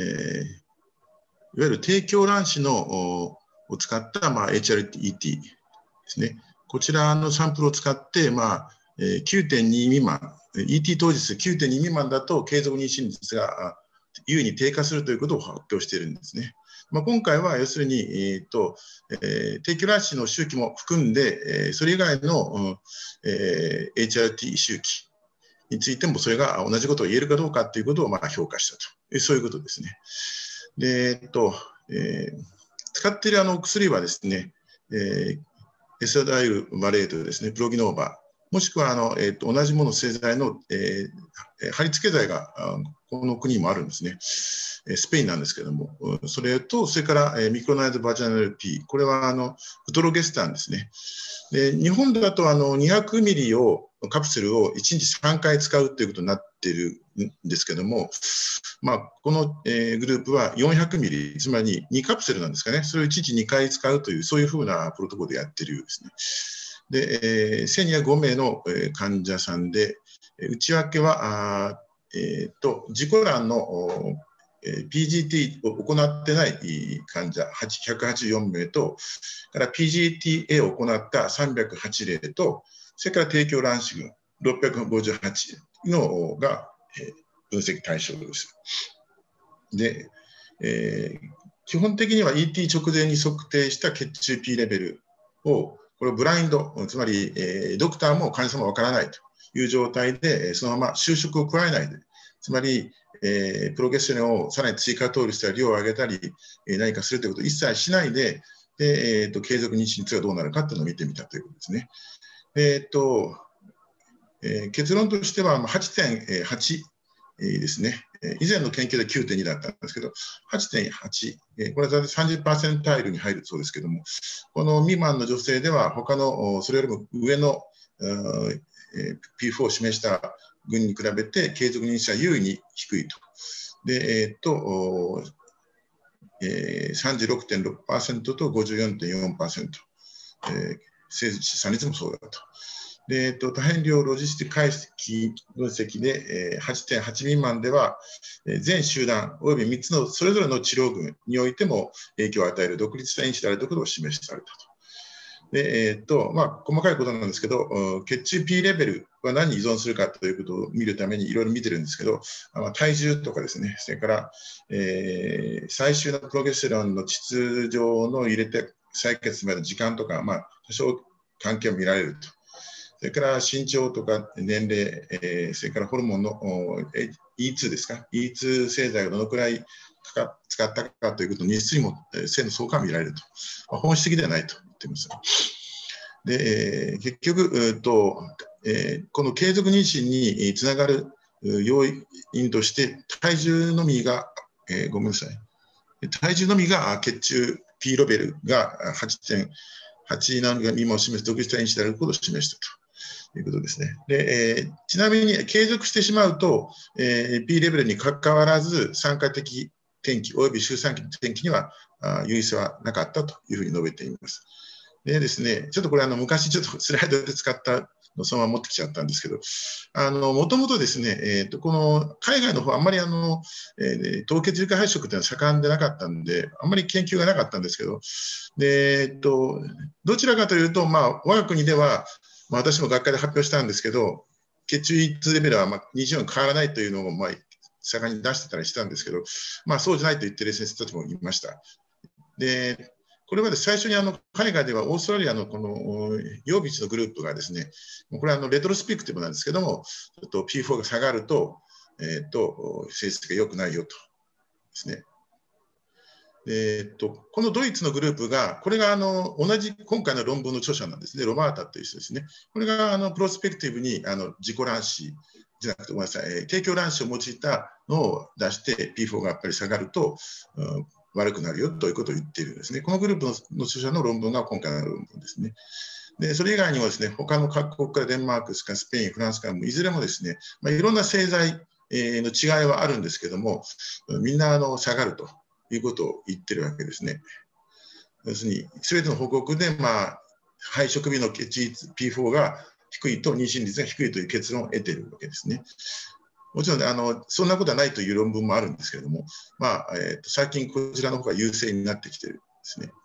いわゆる低強卵子を使った、HRT ですね。こちらのサンプルを使って、9.2 未満、ET 当日 9.2 未満だと継続妊娠率が優位に低下するということを発表しているんですね。今回は要するに、低強卵子の周期も含んで、それ以外の、HRT 周期についてもそれが同じことを言えるかどうかということを評価したと、そういうことですね。で、使っている薬はですね、エスタダイルマレートですね、プロギノーバ、もしくは同じもの製剤の、貼り付け剤がこの国にもあるんですね。スペインなんですけれども、それと、それからミクロナイズバージナル P、これはフトロゲスタンですね。で日本だと200ミリカプセルを1日3回使うということになっているんですけれども、このグループは400ミリ、つまり2カプセルなんですかね、それを1日2回使うという、そういうふうなプロトコルでやっているようですね。で、1205名の患者さんで、内訳は、自己卵のPGT を行ってない患者184名と、から PGTA を行った308例と、それから低強卵子群658のが分析対象です。で、基本的には ET 直前に測定した血中 P レベルを、これをブラインド、つまりドクターも患者さんもわからないという状態で、そのまま就職を加えないで、つまりプロゲステロンをさらに追加投与したり、量を上げたり、何かするということを一切しないで、継続妊娠率がどうなるかというのを見てみたということですね。結論としては 8.8 ですね。以前の研究で 9.2 だったんですけど、8.8、これは大体 30% タイルに入るそうですけども、この未満の女性では、他のそれよりも上の P4 を示した群に比べて、継続妊娠は優位に低いと。で、36.6% と 54.4%、生産率もそうだと。で、多変量ロジスティック解析分析で、8.8 未満では、全集団および3つのそれぞれの治療群においても影響を与える独立した因子であるということを示されたと。で、細かいことなんですけど、血中 P レベルは何に依存するかということを見るためにいろいろ見てるんですけど、体重とかですね、それから、最終のプロゲステロンの秩序の入れて採血までの時間とか、多少関係を見られると。それから身長とか年齢、それからホルモンの E2 ですか、E2 製剤をどのくらい使ったかということの日数にも性の相関が見られると。本質的ではないと言っています。で、結局、この継続妊娠につながる要因として、体重のみが、ごめんなさい、体重のみが血中 P レベルが 8.8 ナノグラム未満を示す独立した因子であることを示したと。 いうことですね。でちなみに継続してしまうと、P レベルにかかわらず、参加的転機および周産期の転機には有意性はなかったというふうに述べています。でですね、ちょっとこれ昔ちょっとスライドで使ったのをそのまま持ってきちゃったんですけど、もともとですね、この海外の方あんまり凍結有価配色というのは盛んでなかったんで、あんまり研究がなかったんですけど、でどちらかというと、我が国では、私も学会で発表したんですけど、血中 E2 レベルは24変わらないというのを盛んに出してたりしたんですけど、そうじゃないと言ってる先生たちもいました。でこれは最初に海外ではオーストラリアのこの曜日のグループがですね、これはレトロスペクティブなんですけども、ちょっと P4 が下がると、成績が良くないよとですね。このドイツのグループが、これが同じ今回の論文の著者なんですね、ロバータという人ですね。これがプロスペクティブに自己乱視じゃなくて、ごめんなさい、提供乱視を用いたのを出して、P4 がやっぱり下がると、悪くなるよということを言っているんですね。このグループの著者の論文が今回の論文ですね。でそれ以外にもですね、他の各国からデンマーク、スペイン、フランスからもいずれもですね、いろんな製剤の違いはあるんですけども、みんな下がるということを言ってるわけですね。要するに、すべての報告で、配色日の血 P4 が低いと、妊娠率が低いという結論を得ているわけですね。もちろんそんなことはないという論文もあるんですけれども、最近こちらの方が優勢になってきているんですね。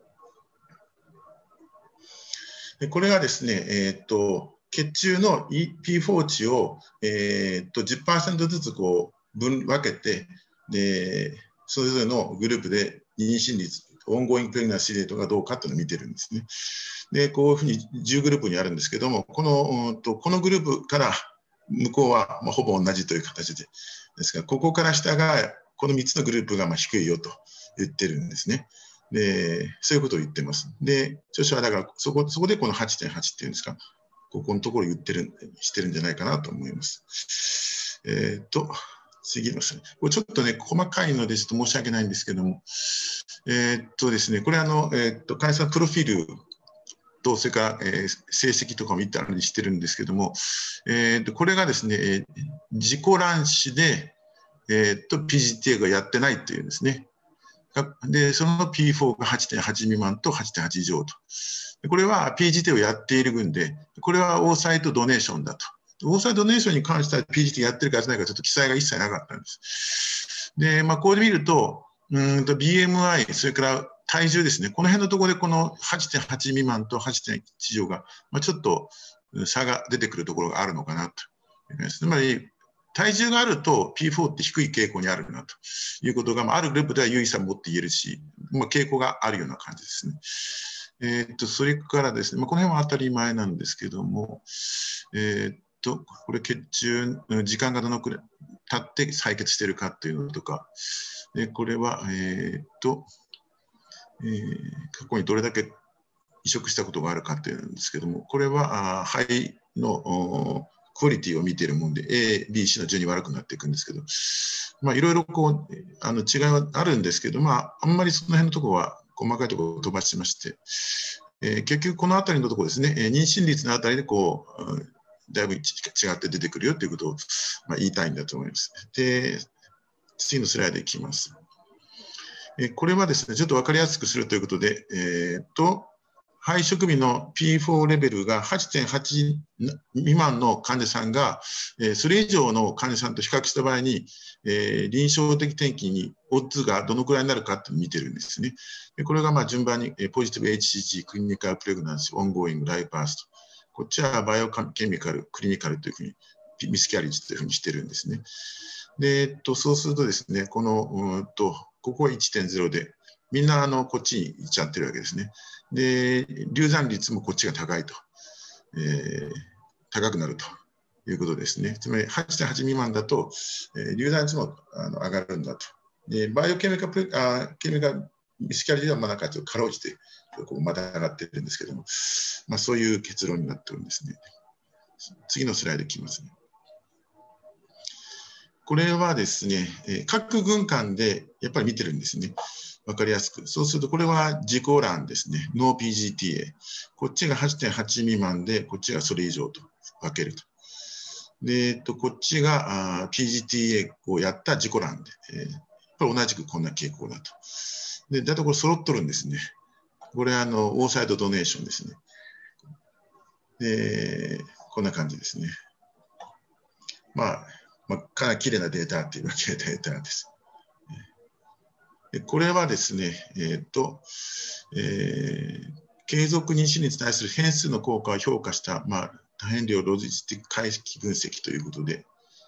でこれがですね、血中の P4 値を、10% ずつ分けて、でそれぞれのグループで妊娠率、オンゴーイングプレグナンシーレートがどうかというのを見てるんですね。でこういうふうに10グループにあるんですけども、このグループから向こうはほぼ同じという形ですが、ここから下がこの3つのグループが低いよと言ってるんですね。でそういうことを言ってます。で著者はだからそこでこの 8.8 っていうんですか、ここのところをしてるんじゃないかなと思います。次のスライド。これちょっとね、細かいのでちょっと申し訳ないんですけども、ですね、これ患者さんプロフィールと、それから、成績とかを見たりしてるんですけども、これがですね、自己乱視で、PGTA がやってないっていうんですね。で、その P4 が 8.8 未満と 8.8 以上と。これは PGTA をやっている群で、これはオーサイトドネーションだと。オーサイトドネーションに関しては PGTA やってるかやってないかちょっと記載が一切なかったんです。で、これで見ると、BMI、それから体重ですね、この辺のところでこの 8.8 未満と 8.1 以上が、ちょっと差が出てくるところがあるのかなと。つまり、体重があると P4 って低い傾向にあるなということが、あるグループでは有意差を持って言えるし、傾向があるような感じですね。それからですね、この辺は当たり前なんですけども、これ血中、時間がどのくらい経って採血しているかというのとか、これは、過去にどれだけ移植したことがあるかというんですけども、これは肺のクオリティを見ているもので A、B、C の順に悪くなっていくんですけど、いろいろ違いはあるんですけど、あんまりその辺のところは細かいところを飛ばしまして、結局この辺りのところですね、妊娠率のあたりでだいぶ違って出てくるよということを言いたいんだと思います。で、次のスライドいきます。これはですね、ちょっと分かりやすくするということで、配色日の P4 レベルが 8.8 未満の患者さんが、それ以上の患者さんと比較した場合に、臨床的転機にオッズがどのくらいになるかって見てるんですね。これが順番にポジティブ HCG、クリニカルプレグナンシー、オンゴーイング、ライブバースト。こっちはバイオケミカル、クリニカルというふうに、ミスキャリッジというふうにしてるんですね。で、そうするとですね、ここは 1.0 で、みんなこっちに行っちゃってるわけですね。で、流産率もこっちが高いと、高くなるということですね。つまり 8.8 未満だと、流産率も上がるんだと。で、バイオケミカルミスキャリッジはなんかちょっとかろうじてまた上がってるんですけども、そういう結論になってるんですね。次のスライドいきますね。これはですね、各軍艦でやっぱり見てるんですね。 分かりやすく。そうすると、これは自己欄ですね。ノー PGTA。こっちが 8.8 未満で、こっちがそれ以上と分けると。で、こっちがPGTA をやった自己欄で、これ同じくこんな傾向だと。で、だいたいこれ揃っとるんですね。これはオーサイドドネーションですね。で、こんな感じですね。かなり綺麗なデータっていうわけでデータです。でこれはですね、継続妊娠に対する変数の効果を評価した、多変量ロジスティック解析分析ということで、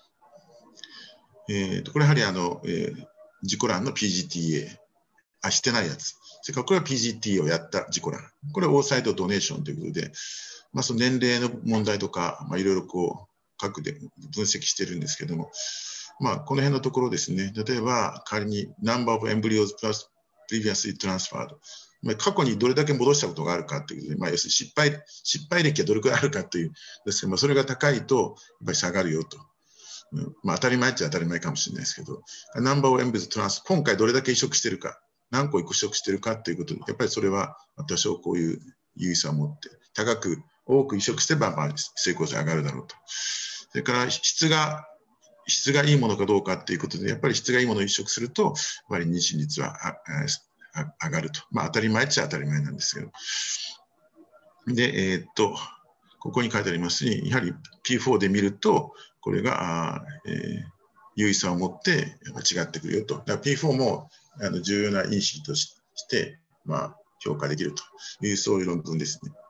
これやはり自己欄の PGTA、してないやつ。それからこれは PGTA をやった自己欄。これはオーサイドドネーションということで、その年齢の問題とか、いろいろ各で分析してるんですけども、この辺のところですね、例えば仮に Number of embryos plus previously transferred、過去にどれだけ戻したことがあるかということで、要するに失敗歴がどれくらいあるかというですけど、それが高いとやっぱり下がるよと。当たり前っちゃ当たり前かもしれないですけど、Number of embryos transferred、今回どれだけ移植してるか、何個移植してるかということで、やっぱりそれは多少こういう優位さを持って、多く移植すれば成功率が上がるだろうと。それから質がいいものかどうかということで、やっぱり質がいいものを移植すると、やっぱり妊娠率は上がると。当たり前っちゃ当たり前なんですけど。で、ここに書いてありますように、やはり P4 で見ると、これが優位さを持って違ってくるよと。だから P4 も重要な因子として、評価できるという、そういう論文ですね。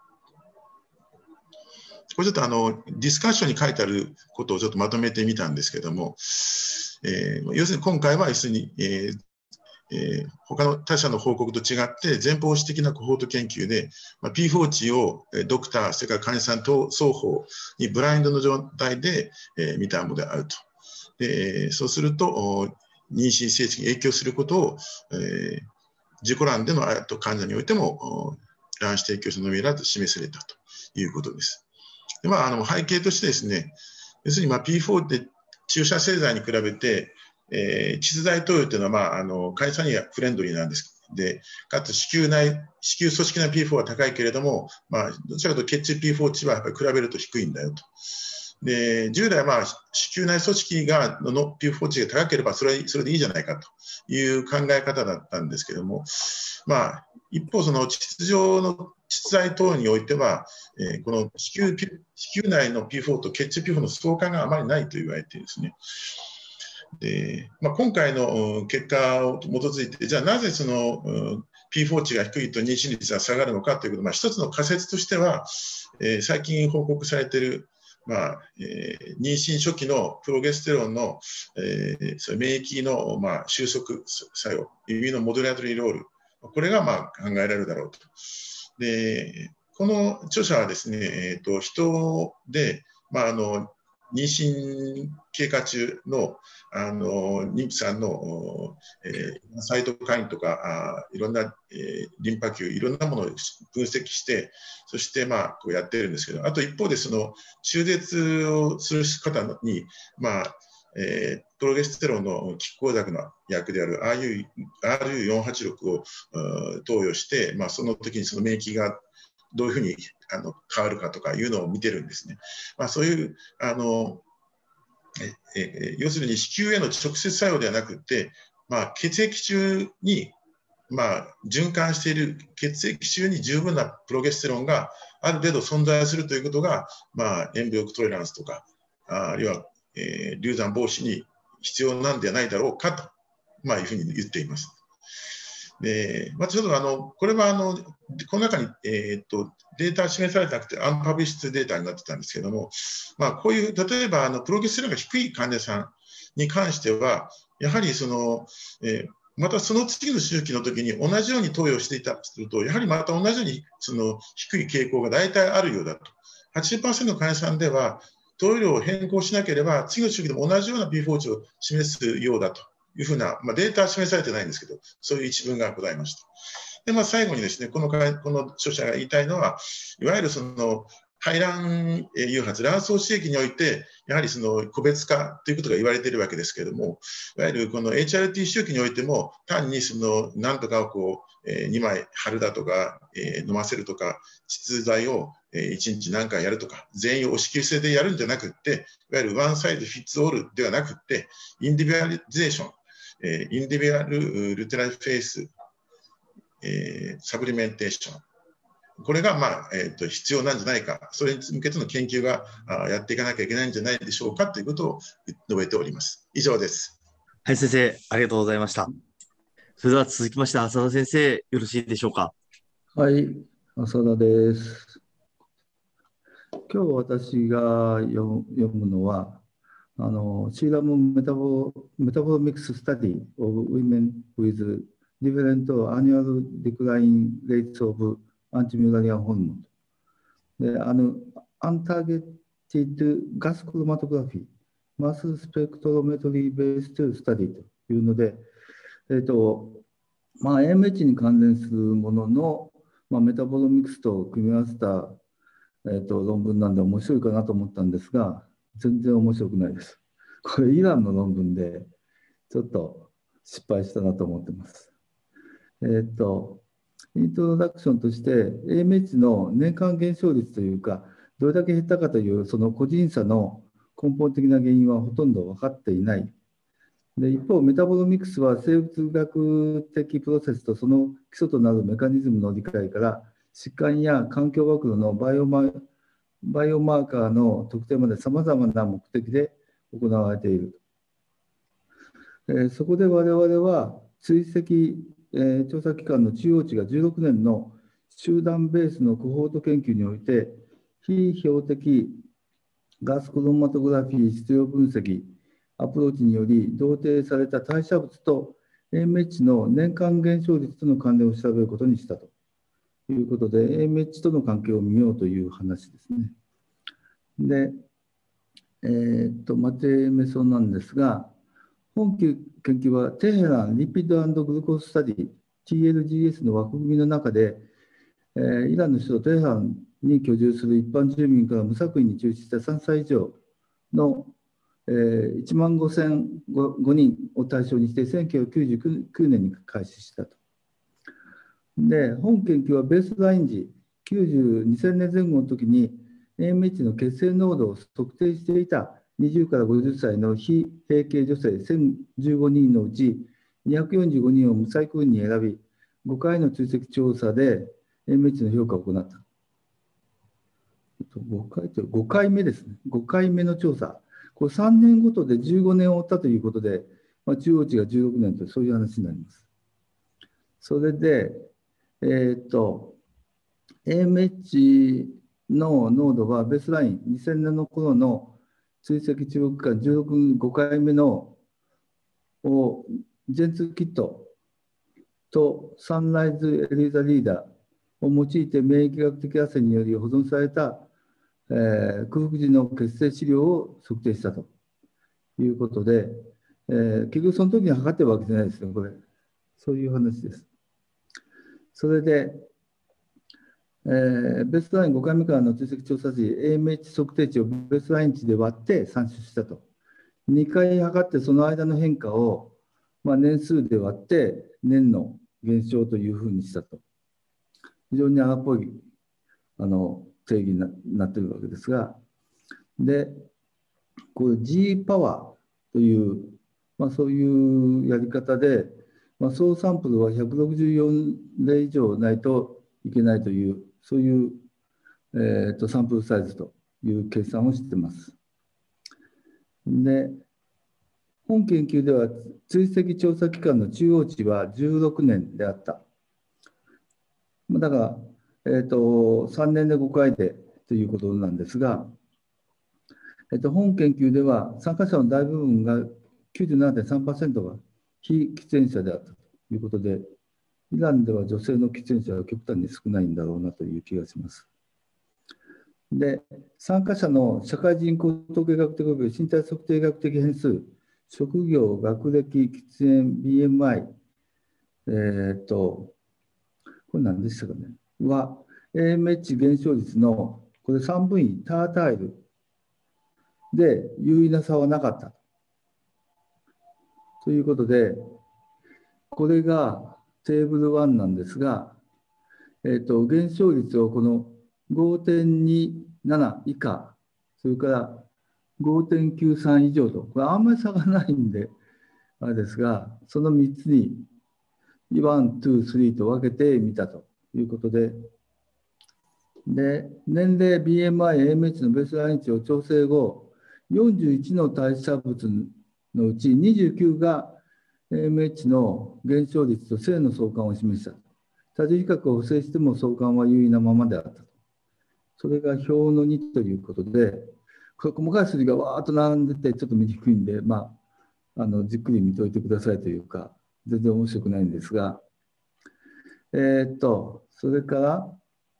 これちょっとディスカッションに書いてあることをちょっとまとめてみたんですけども、要するに今回は要するに、他の他社の報告と違って前方視的なコホート研究で、P4 値をドクター、それから患者さんと双方にブラインドの状態で見たものであると。でそうすると妊娠成績に影響することを、自己欄での患者においても卵子提供者のみならず示されたということです。で背景としてですね、要するにP4 って注射製剤に比べて、膣剤投与というのは患者さんにはフレンドリーなんです。でかつ子宮組織内 P4 は高いけれども、どちらかというと血中 P4 値はやっぱり比べると低いんだよと。で従来子宮内組織の P4 値が高ければそれでいいじゃないかという考え方だったんですけれども、一方その膣状の膣剤等においては、この子宮内の P4 と血中 P4 の相関があまりないと言われているんですね。で今回の結果を基づいて、じゃあなぜその P4 値が低いと妊娠率が下がるのかということ、一つの仮説としては、最近報告されている妊娠初期のプロゲステロンの、免疫の収束作用、指のモドレートリーロール、これが考えられるだろうと。でこの著者はですね、人で、妊娠経過中の妊婦さんのサイトカインとかいろんなリンパ球、いろんなものを分析して、そしてこうやってるんですけど、あと一方でその中絶をする方にプロゲステロンの拮抗薬の薬である RU486 を投与して、その時にその免疫がどういうふうに変わるかとかいうのを見てるんですね。そういう要するに子宮への直接作用ではなくて、血液中に循環している血液中に十分なプロゲステロンがある程度存在するということが、エンブリオトレランスとか、あるいは、流産防止に必要なんではないだろうかと、いうふうに言っています。でちょっとこれはこの中に、データが示されてなくてアンパブリッシュデータになってたんですけども、こういう例えばプロゲステロンが低い患者さんに関してはやはりまたその次の周期の時に同じように投与していたとすると、やはりまた同じように低い傾向が大体あるようだと。80% の患者さんでは投与量を変更しなければ次の周期でも同じような P4 値を示すようだというふうな、データは示されてないんですけど、そういう一文がございました。で最後にですね、この著者が言いたいのは、いわゆる排卵誘発、卵巣刺激において、やはりその個別化ということが言われているわけですけれども、いわゆるこの HRT 周期においても、単にそのなんとかをこう、2枚貼るだとか、飲ませるとか、膣剤を1日何回やるとか、全員を押し切り制でやるんじゃなくって、いわゆるワンサイズフィッツオールではなくって、インディビュアリゼーション、インディビュアルルテラルフェイス、サプリメンテーション、これが、必要なんじゃないか、それに向けての研究がやっていかなきゃいけないんじゃないでしょうかということを述べております。以上です。 はい、先生、ありがとうございました。それでは続きまして、浅田先生、よろしいでしょうか。 はい、浅田です。今日私が読むのは、シーラムメタボミクススタディ of women with different annual decline rates of antimullerian hormone で、アンターゲッティッドガスクロマトグラフィー、マススペクトロメトリーベースとスタディというので、AMH に関連するものの、メタボロミクスと組み合わせた、論文なんで面白いかなと思ったんですが、全然面白くないです。これイランの論文でちょっと失敗したなと思ってます。イントロダクションとして AMH の年間減少率というか、どれだけ減ったかというその個人差の根本的な原因はほとんど分かっていない。で一方、メタボロミクスは生物学的プロセスとその基礎となるメカニズムの理解から、疾患や環境学のバイオマーカーの特定までさまざまな目的で行われている。そこで我々は追跡、調査機関の中央値が16年の集団ベースのコホート研究において、非標的ガスクロマトグラフィー質量分析アプローチにより同定された代謝物と AMH の年間減少率との関連を調べることにしたということで、AMH との関係を見ようという話ですね。で、マテメソなんですが、本研究はテヘランリピッド&グルコーススタディ TLGS の枠組みの中で、イランの首都テヘランに居住する一般住民から無作為に抽出した3歳以上の1万5005人を対象にして1999年に開始したと。で、本研究はベースライン時2000年前後の時に AMH の血清濃度を測定していた20から50歳の非閉経女性1015人のうち245人を無細工に選び、5回の追跡調査で AMH の評価を行った。5回目ですね。5回目の調査。これ3年ごとで15年を追ったということで、中央値が16年とそういう話になります。それで、AMH の濃度はベースライン2000年の頃の追跡中国間5回目のジェンツキットとサンライズエリザリーダーを用いて免疫学的アセにより保存された、空腹時の血清資料を測定したということで、結局その時に測ってるわけじゃないですよ、これ。そういう話です。それで、ベースライン5回目からの追跡調査時、AMH 測定値をベースライン値で割って算出したと。2回測ってその間の変化を、年数で割って年の減少というふうにしたと。非常に荒っぽい定義になっているわけですが、で、これ G パワーという、そういうやり方で、総サンプルは164例以上ないといけないという、そういう、サンプルサイズという計算をしています。で、本研究では追跡調査期間の中央値は16年であった。だから、3年で5回でということなんですが、本研究では参加者の大部分が 97.3% が非喫煙者であったということで、イランでは女性の喫煙者は極端に少ないんだろうなという気がします。で、参加者の社会人口統計学的及び身体測定学的変数、職業、学歴、喫煙、BMI、これ何でしたかね、は、AMH 減少率のここれ3分位、タータイルで有意な差はなかったということで、これがテーブル1なんですが、減少率をこの 5.27 以下、それから 5.93 以上と、これあんまり差がないんで、あれですが、その3つに1、2、3と分けてみたということで、年齢、BMI、AMH のベースライン値を調整後、41の代謝物のうち29が AMH の減少率と正の相関を示した。多重比較を補正しても相関は優位なままであったと。それが表の2ということで、これ細かい数字がわーっと並んでてちょっと見にくいんで、じっくり見といてくださいというか、全然面白くないんですが、それから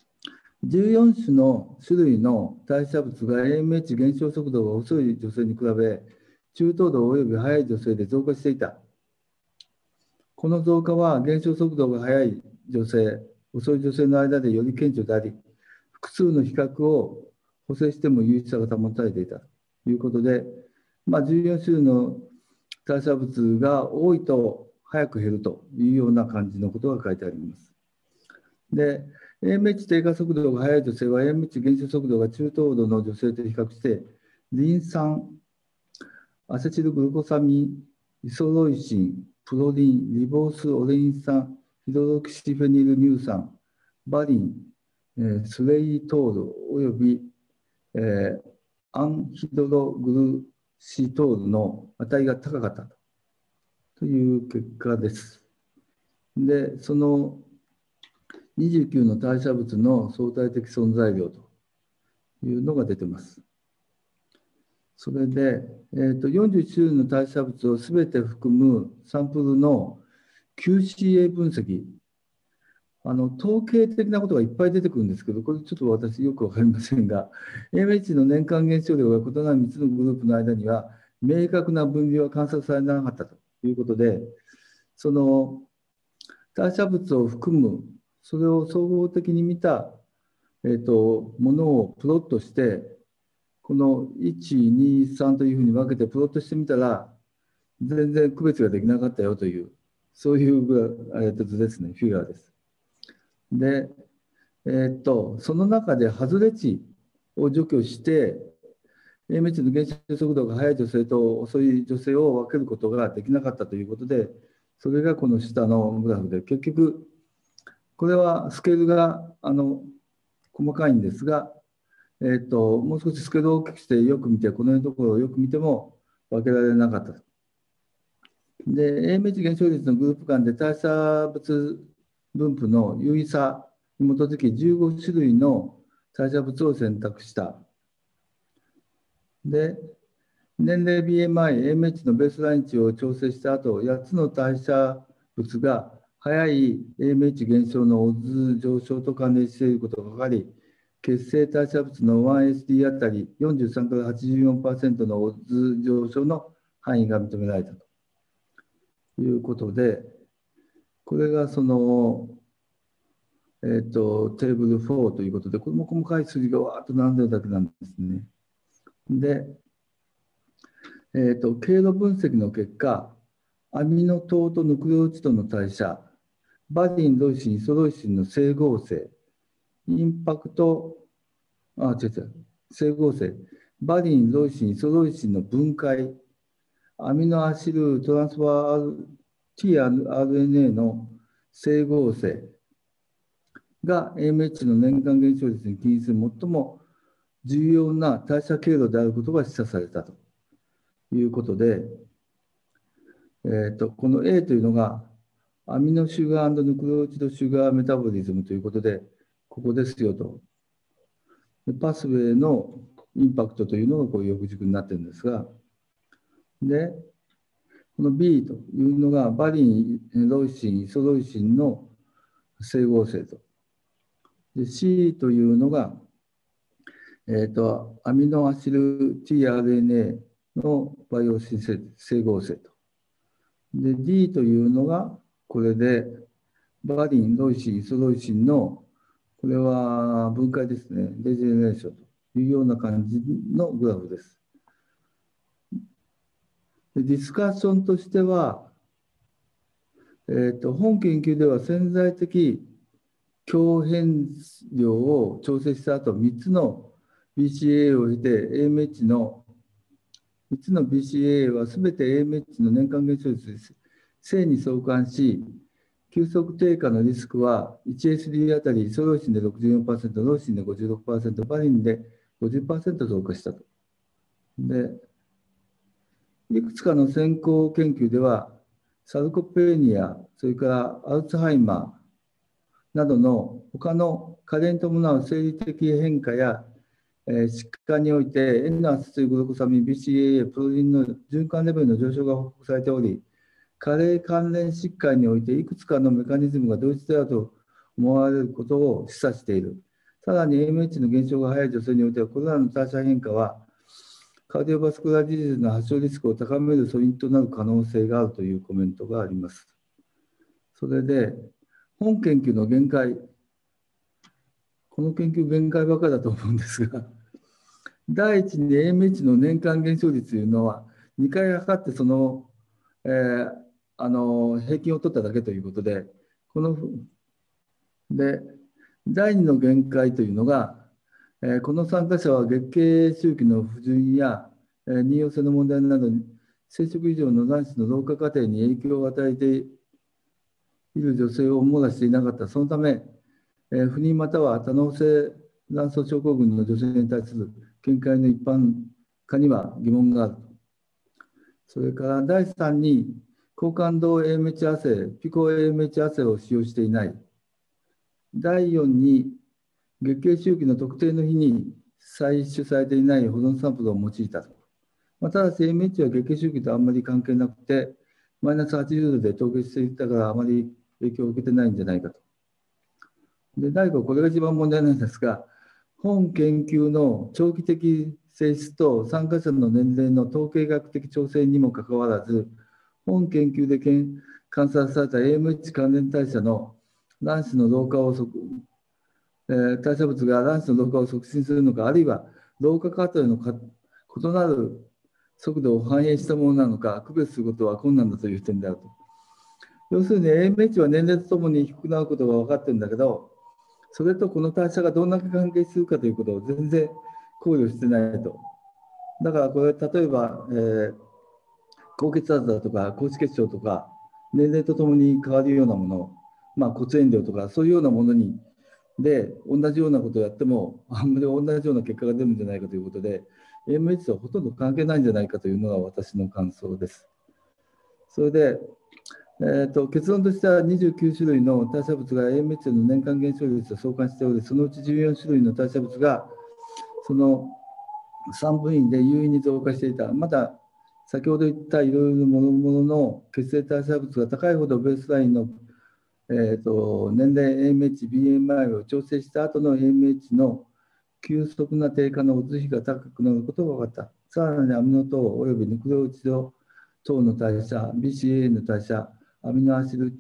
14種の種類の代謝物が AMH 減少速度が遅い女性に比べ、中等度および速い女性で増加していた。この増加は減少速度が速い女性、遅い女性の間でより顕著であり、複数の比較を補正しても有意差が保たれていたということで、14種類の代謝物が多いと早く減るというような感じのことが書いてあります。で、AMH 低下速度が速い女性は AMH 減少速度が中等度の女性と比較して、リン酸、アセチルグルコサミン、イソロイシン、プロリン、リボースオレイン酸、ヒドロキシフェニル乳酸、バリン、スレイトールおよび、アンヒドログルシトールの値が高かったという結果です。で、その29の代謝物の相対的存在量というのが出てます。それで、41種類の代謝物をすべて含むサンプルの QCA 分析、統計的なことがいっぱい出てくるんですけど、これちょっと私よくわかりませんが、AMH の年間減少量が異なる3つのグループの間には、明確な分離は観察されなかったということで、その代謝物を含む、それを総合的に見た、ものをプロットして、この1、2、3というふうに分けてプロットしてみたら、全然区別ができなかったよという、そういう図ですね、フィギュアです。で、その中で外れ値を除去して、AMH の減少速度が速い女性と遅い女性を分けることができなかったということで、それがこの下のグラフで、結局、これはスケールが細かいんですが、もう少しスケールを大きくしてよく見て、この辺のところをよく見ても分けられなかったと。で、AMH 減少率のグループ間で代謝物分布の優位差に基づき15種類の代謝物を選択した。で、年齢 BMI、AMH のベースライン値を調整した後、8つの代謝物が早い AMH 減少のオッズ上昇と関連していることが分かり、血清代謝物の 1SD あたり43から 84% のオッズ上昇の範囲が認められたということで、これがその、テーブル4ということで、これも細かい数字がわーっと並んでるだけなんですね。で、経路分析の結果、アミノ糖とヌクレオチドの代謝、バリン、ロイシン、イソロイシンの整合性、インパクト、整合性、バリン、ロイシン、イソロイシンの分解、アミノアシルトランスファー tRNA の整合性が AMH の年間減少率に起因する最も重要な代謝経路であることが示唆されたということで、この A というのがアミノシュガー&ヌクレオチドシュガーメタボリズムということで、ここですよと。パスウェイのインパクトというのがこういう横軸になってるんですが、で、この B というのがバリン、ロイシン、イソロイシンの整合性と。で C というのが、アミノアシル tRNA のバイオシン整合性と。で、D というのが、これで、バリン、ロイシン、イソロイシンの、これは分解ですね、デジェネレーションと。 いうような感じのグラフです。ディスカッションとしては、本研究では潜在的強変量を調整した後、3つの BCA を経て AMH の3つの BCA はすべて AMH の年間減少率です正に相関し、急速低下のリスクは 1SD あたりソロシンで 64%、ローシンで 56%、バリンで 50% 増加したと。で、いくつかの先行研究では、サルコペニア、それからアルツハイマーなどの他の加齢に伴う生理的変化や疾患において N アセチルグルコサミン、BCAA、プロリンの循環レベルの上昇が報告されており、加齢関連疾患においていくつかのメカニズムが同一であると思われることを示唆している。さらに AMH の減少が早い女性においては、これらの代謝変化は、カーディオバスクラーディジーズの発症リスクを高める素因となる可能性があるというコメントがあります。それで、本研究の限界、この研究限界ばかりだと思うんですが、第一に AMH の年間減少率というのは、2回測ってその、平均を取っただけということで、第2の限界というのが、この参加者は月経周期の不順や、妊用性の問題など、生殖以上の卵子の老化過程に影響を与えている女性を網羅していなかった。そのため、不妊または多脳性卵巣症候群の女性に対する見解の一般化には疑問がある。それから第3に、高感度 AMH アセイ、ピコ AMH アセイを使用していない。第4に、月経周期の特定の日に採取されていない保存サンプルを用いたと。ただし AMH は月経周期とあんまり関係なくて、マイナス80度で凍結していたからあまり影響を受けてないんじゃないかと。で、第5、これが一番問題なんですが、本研究の長期的性質と参加者の年齢の統計学的調整にもかかわらず、本研究で観察された AMH 関連代謝の卵子の老化を代謝物が卵子の老化を促進するのか、あるいは老化過程の異なる速度を反映したものなのか、区別することは困難だという点であると。要するに AMH は年齢とともに低くなることが分かってるんだけど、それとこの代謝がどんだけ関係するかということを全然考慮してないと。だからこれ、例えば、高血圧だとか高脂血症とか、年齢とともに変わるようなもの、骨炎量とか、そういうようなものにで同じようなことをやっても、あんまり同じような結果が出るんじゃないかということで、AMH とはほとんど関係ないんじゃないかというのが私の感想です。それで、結論としては29種類の代謝物が AMH の年間減少率と相関しており、そのうち14種類の代謝物がその3分位で優位に増加していた。また、先ほど言ったいろいろなものの血清代謝物が高いほどベースラインの、年齢 AMH、BMI を調整した後の AMH の急速な低下のオッズ比が高くなることが分かった。さらにアミノ糖およびヌクレオチド糖の代謝、BCAA の代謝、アミノアシド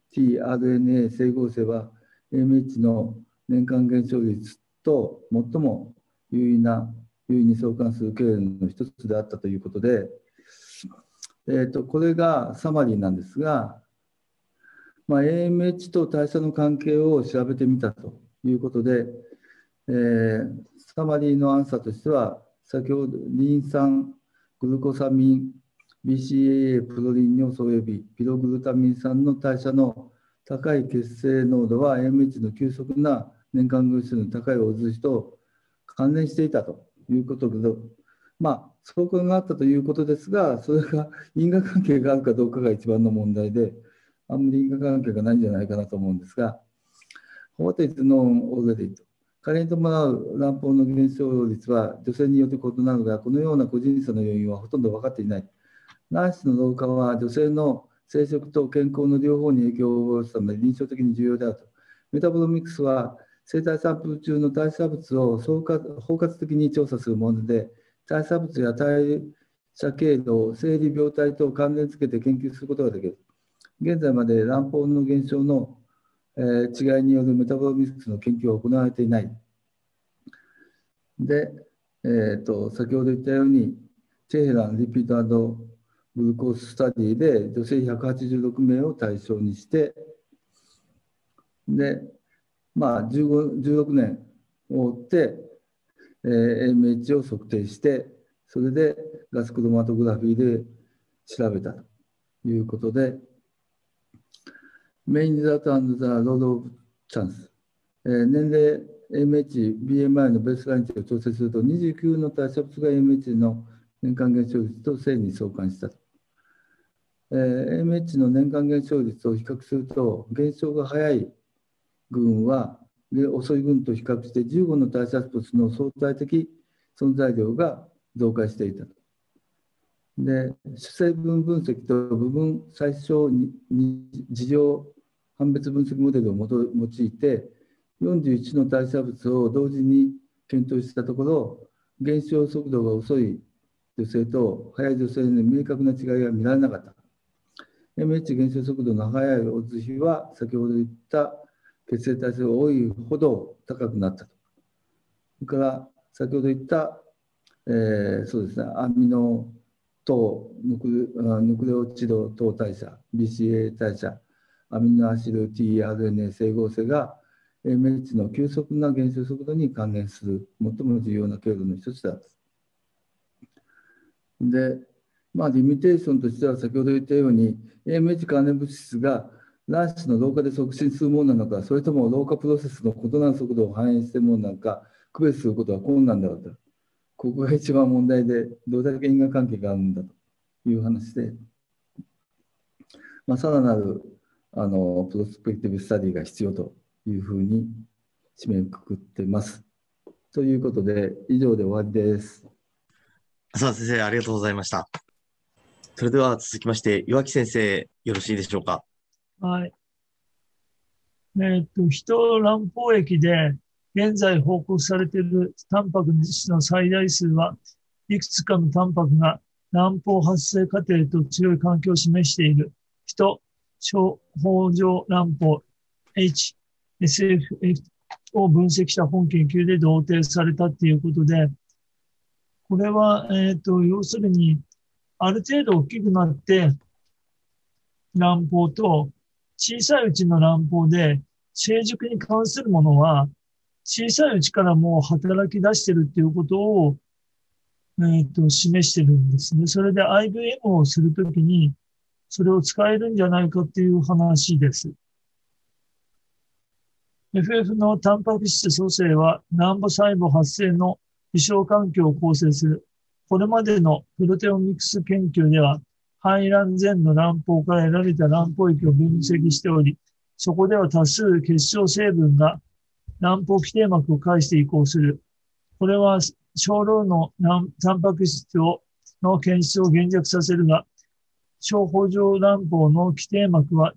tRNA 整合性は AMH の年間減少率と最も優位に相関する経路の一つであったということで、これがサマリーなんですが、AMH と代謝の関係を調べてみたということで、サマリーのアンサーとしては、先ほどリン酸、グルコサミン、BCAA、プロリン尿素およびピログルタミン酸の代謝の高い血清濃度は AMH の急速な年間減少の高いオッズ比と関連していたということで、相関があったということですが、それが因果関係があるかどうかが一番の問題で、あんまり因果関係がないんじゃないかなと思うんですが、What is known already? 加齢に伴う卵胞の減少率は女性によって異なるが、このような個人差の要因はほとんど分かっていない。卵子の老化は女性の生殖と健康の両方に影響を及ぼすため臨床的に重要であると。メタボロミクスは生体サンプル中の代謝物を包括的に調査するもので、代謝物や代謝経路、生理病態と関連付けて研究することができる。現在まで卵胞の減少の違いによるメタボロミクスの研究は行われていない。 で、先ほど言ったように、テヘラン・リピート・グルコーススタディで女性186名を対象にして、で、16年を追って、AMH を測定して、それでガスクロマトグラフィーで調べたということで、メインリザート&ザ・ロード・オブ・チャンス、年齢、AMH、BMI のベースライン値を調整すると、29の代謝物が AMH の年間減少率と正に相関したと。AMH の年間減少率を比較すると、減少が早い群は遅い群と比較して15の代謝物の相対的存在量が増加していたと。で、主成分分析と部分最小事情判別分析モデルを用いて、41の代謝物を同時に検討したところ、減少速度が遅い女性と早い女性に明確な違いが見られなかった。MH 減少速度の速いオッズ比は、先ほど言った血清体数が多いほど高くなったと。それから先ほど言った、そうですね、アミノ糖、ヌクレオチド糖代謝、BCA 代謝、アミノアシド tRNA 整合性が AMH の急速な減少速度に関連する最も重要な経路の一つだ。で、リミテーションとしては先ほど言ったように AMH 関連物質が卵子の老化で促進するものなのか、それとも老化プロセスの異なる速度を反映しているものなのか、区別することは困難だろうと。ここが一番問題で、どれだけ因果関係があるんだという話で、さらなるプロスペクティブスタディが必要というふうに締めくくっています。ということで、以上で終わりです。 浅田先生、ありがとうございました。それでは続きまして、岩木先生、よろしいでしょうか。 はい。ヒト卵胞液で現在報告されているタンパク質の最大数はいくつかのタンパクが卵胞発生過程と強い関係を示しているヒト小胞状卵胞 HSFF を分析した本研究で同定されたということで、これは、要するに、ある程度大きくなって卵胞と小さいうちの卵胞で成熟に関するものは小さいうちからもう働き出してるっていうことを、示してるんですね。それで IVM をするときにそれを使えるんじゃないかっていう話です。FF のタンパク質組成は卵母細胞発生の微小環境を構成する。これまでのプロテオミクス研究では排卵前の卵胞から得られた卵胞液を分析しており、そこでは多数結晶成分が卵胞基底膜を介して移行する。これは少量のタンパク質の検出を減弱させるが、小胞状卵胞の基底膜は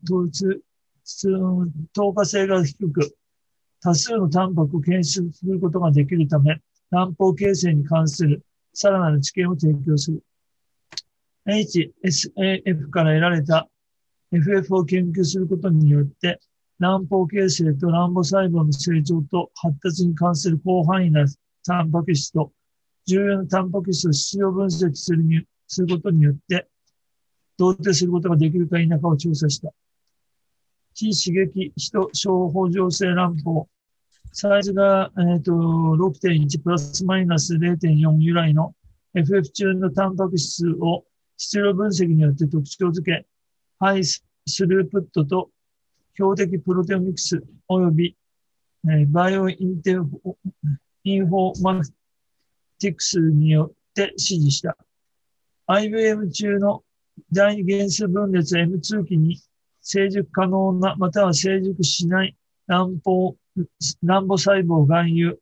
透過性が低く、多数のタンパクを検出することができるため、卵胞形成に関するさらなる知見を提供する。HSAF から得られた FF を研究することによって、卵胞形成と卵母細胞の成長と発達に関する広範囲なタンパク質と重要なタンパク質を質量分析することによって、同定することができるか否かを調査した。非刺激ヒト小胞状性卵胞。サイズが、6.1 プラスマイナス 0.4 由来の FF 中のタンパク質を質量分析によって特徴づけ、ハイスループットと標的プロテオミクス及び、バイオインフォマティクスによって指示した。IVM 中の第二元数分裂 M2 期に成熟可能な、または成熟しない卵母細胞含有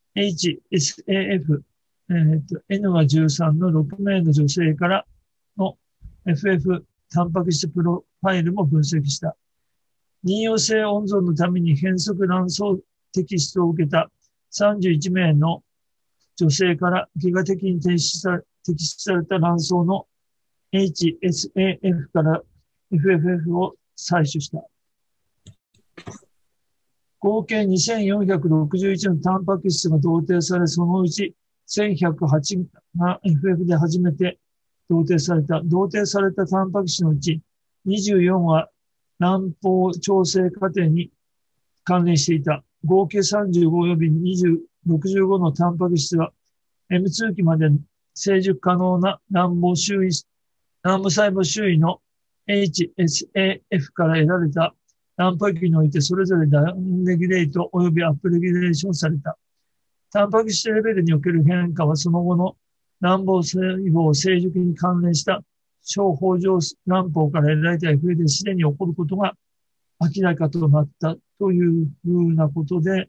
HSAF、N が13の6名の女性からの FF タンパク質プロファイルも分析した。妊用性温存のために変則卵巣摘出を受けた31名の女性から外科的に摘出された卵巣の HSAF から FFF を採取した。 合計2461のタンパク質が同定され、そのうち1108が FF で初めて同定された。同定されたタンパク質のうち24は卵胞調整過程に関連していた。合計35及び65のタンパク質は M2 期まで成熟可能な卵母細胞周囲の HSAF から得られたタンパク質においてそれぞれダウンレギュレート及びアップレギュレーションされた。タンパク質レベルにおける変化はその後の卵母細胞成熟に関連した小胞状卵胞から得られた FA ですでに起こることが明らかとなったというふうなことで、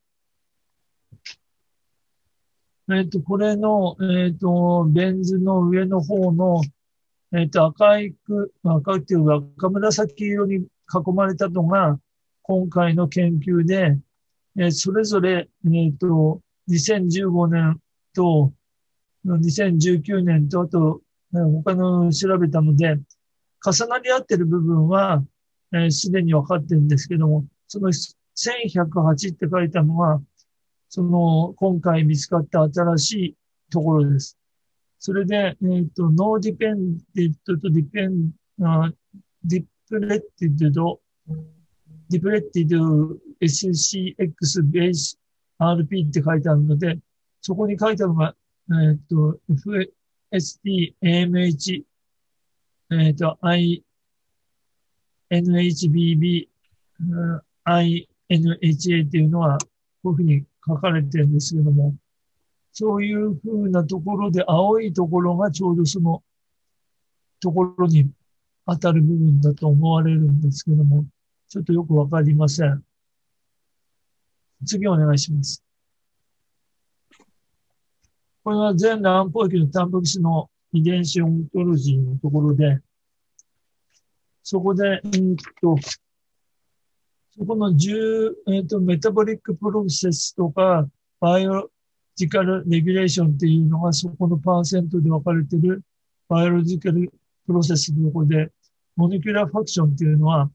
これの、ベン図の上の方の、赤っていうか赤紫色に囲まれたのが今回の研究で、それぞれ、2015年と2019年と、あと、他の調べたので、重なり合ってる部分は、すでに分かってるんですけども、その1108って書いたのは、今回見つかった新しいところです。それで、ノーディペンデッドとディプレッティド SCX ベース RP って書いてあるので、そこに書いてあるのが、FST、AMH、INHBB、INHA っていうのは、こういうふうに書かれてるんですけども、そういうふうなところで、青いところがちょうどそのところに当たる部分だと思われるんですけども、ちょっとよくわかりません。次お願いします。これは全卵胞液のタンパク質の遺伝子オントロジーのところで、そこで、そこのメタボリックプロセスとか、バイオジカルレギュレーションっていうのがそこのパーセントで分かれているバイオロジカルプロセスのところで、モレキュラーファクションっていうのは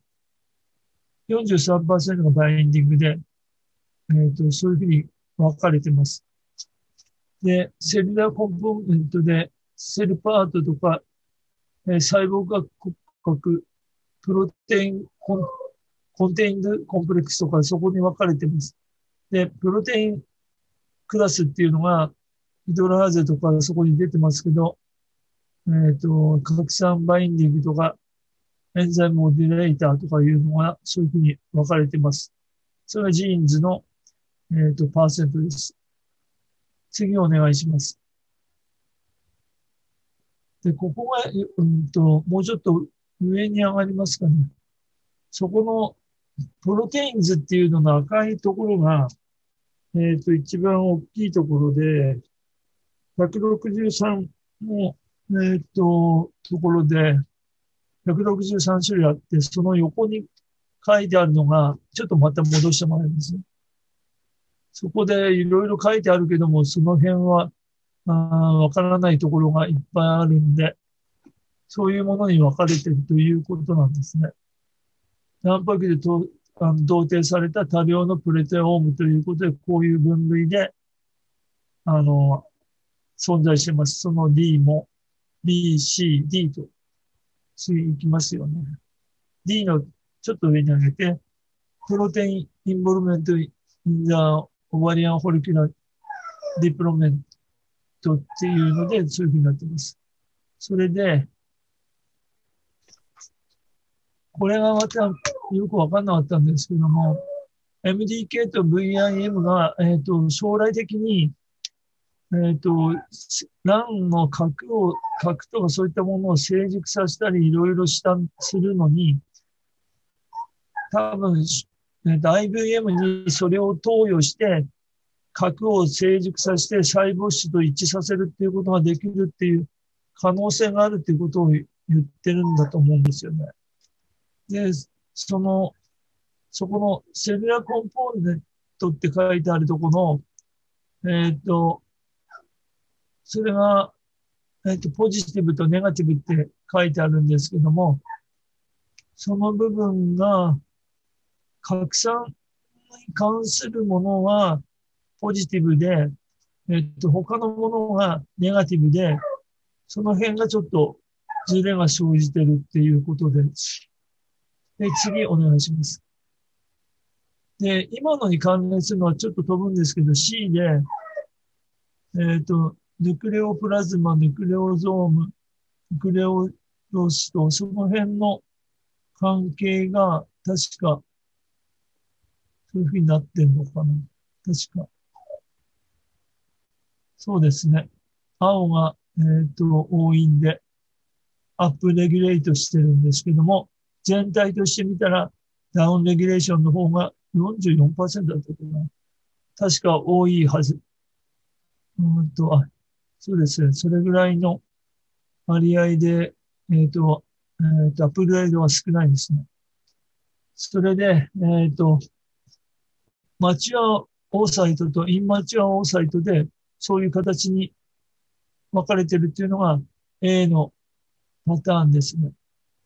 43% がバインディングで、そういうふうに分かれてます。で、セルラーコンポーネントで、セルパートとか、細胞学骨格、プロテインコンテインドコンプレックスとかそこに分かれてます。で、プロテインクラスっていうのが、ヒドラーゼとかそこに出てますけど、拡散バインディングとか、エンザイムモデレーターとかいうのが、そういうふうに分かれてます。それがジーンズの、パーセントです。次お願いします。で、ここが、もうちょっと上に上がりますかね。そこの、プロテインズっていうのの赤いところが、一番大きいところで、163の、ところで、163種類あって、その横に書いてあるのが、ちょっとまた戻してもらいますね。そこでいろいろ書いてあるけども、その辺は、わからないところがいっぱいあるんで、そういうものに分かれているということなんですね。タンパク質で同定された多量のプレテオームということで、こういう分類で、存在してます。その D も、B、C、D と、次行きますよね。D のちょっと上に上げて、プロテインインボルメントインザオバリアンホリキュラーディプロメントっていうので、そういうふうになってます。それで、これがまたよくわかんなかったんですけども、MDK と VIM が、将来的に、卵の核とかそういったものを成熟させたりいろいろするのに、多分、IVM にそれを投与して、核を成熟させて細胞質と一致させるっていうことができるっていう可能性があるっていうことを言ってるんだと思うんですよね。で、そこのセルラーコンポーネントって書いてあるところの、それが、ポジティブとネガティブって書いてあるんですけども、その部分が拡散に関するものはポジティブで、他のものがネガティブで、その辺がちょっとズレが生じてるっていうことです。で、次お願いします。で、今のに関連するのはちょっと飛ぶんですけど、C で、ヌクレオプラズマ、ヌクレオゾーム、ヌクレオロシト、その辺の関係が確か、そういうふうになってんのかな。確か。そうですね。青が、多いんで、アップレギュレートしてるんですけども、全体として見たら、ダウンレギュレーションの方が 44% だったかな。確か多いはず。そうですね。それぐらいの割合で、アップグレードは少ないですね。それで、マチュアオーサイトとインマチュアオーサイトで、そういう形に分かれてるっていうのが A のパターンですね。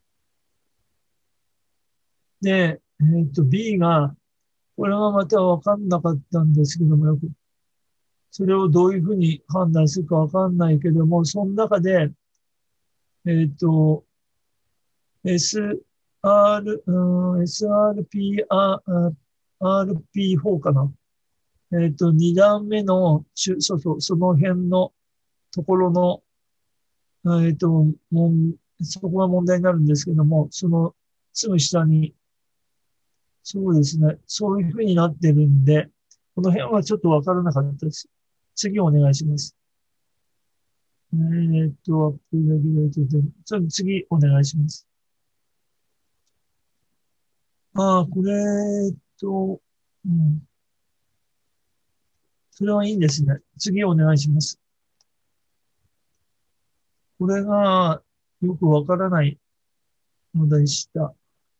で、B が、これはまた分かんなかったんですけども、よく。それをどういうふうに判断するか分かんないけども、その中で、SRP4 かな。二段目の、そうそう、その辺のところの、そこが問題になるんですけども、そのすぐ下に、そうですね、そういうふうになってるんで、この辺はちょっとわからなかったです。次お願いします。アップレギュレートで、次お願いします。これ、うん。それはいいんですね。次お願いします。これがよくわからないのでした。